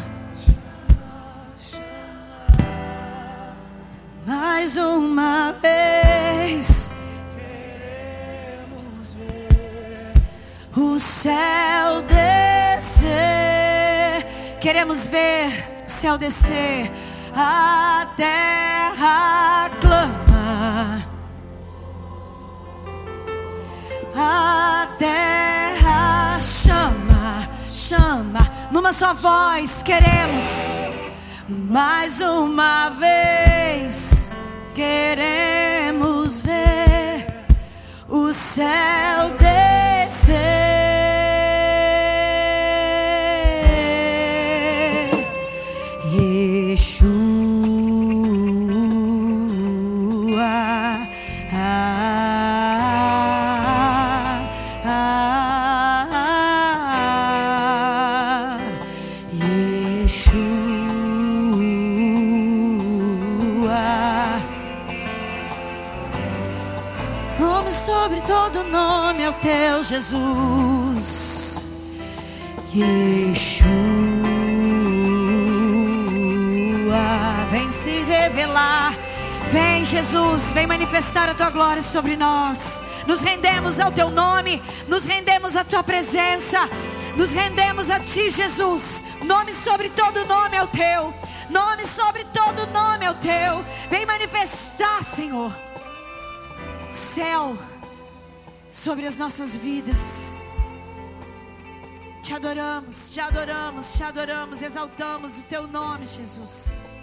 Mais uma vez. O céu descer. Queremos ver o céu descer. A terra clama. A terra chama, chama. Numa só voz queremos. Mais uma vez queremos ver o céu descer. Yeshua. Nome sobre todo nome é o teu Jesus. Yeshua. Vem se revelar. Vem, Jesus, vem manifestar a tua glória sobre nós. Nos rendemos ao teu nome, nos rendemos à tua presença, nos rendemos a ti, Jesus. Nome sobre todo nome é o teu. Nome sobre todo nome é o teu. Vem manifestar, Senhor, o céu sobre as nossas vidas. Te adoramos, te adoramos, te adoramos. Exaltamos o teu nome, Jesus.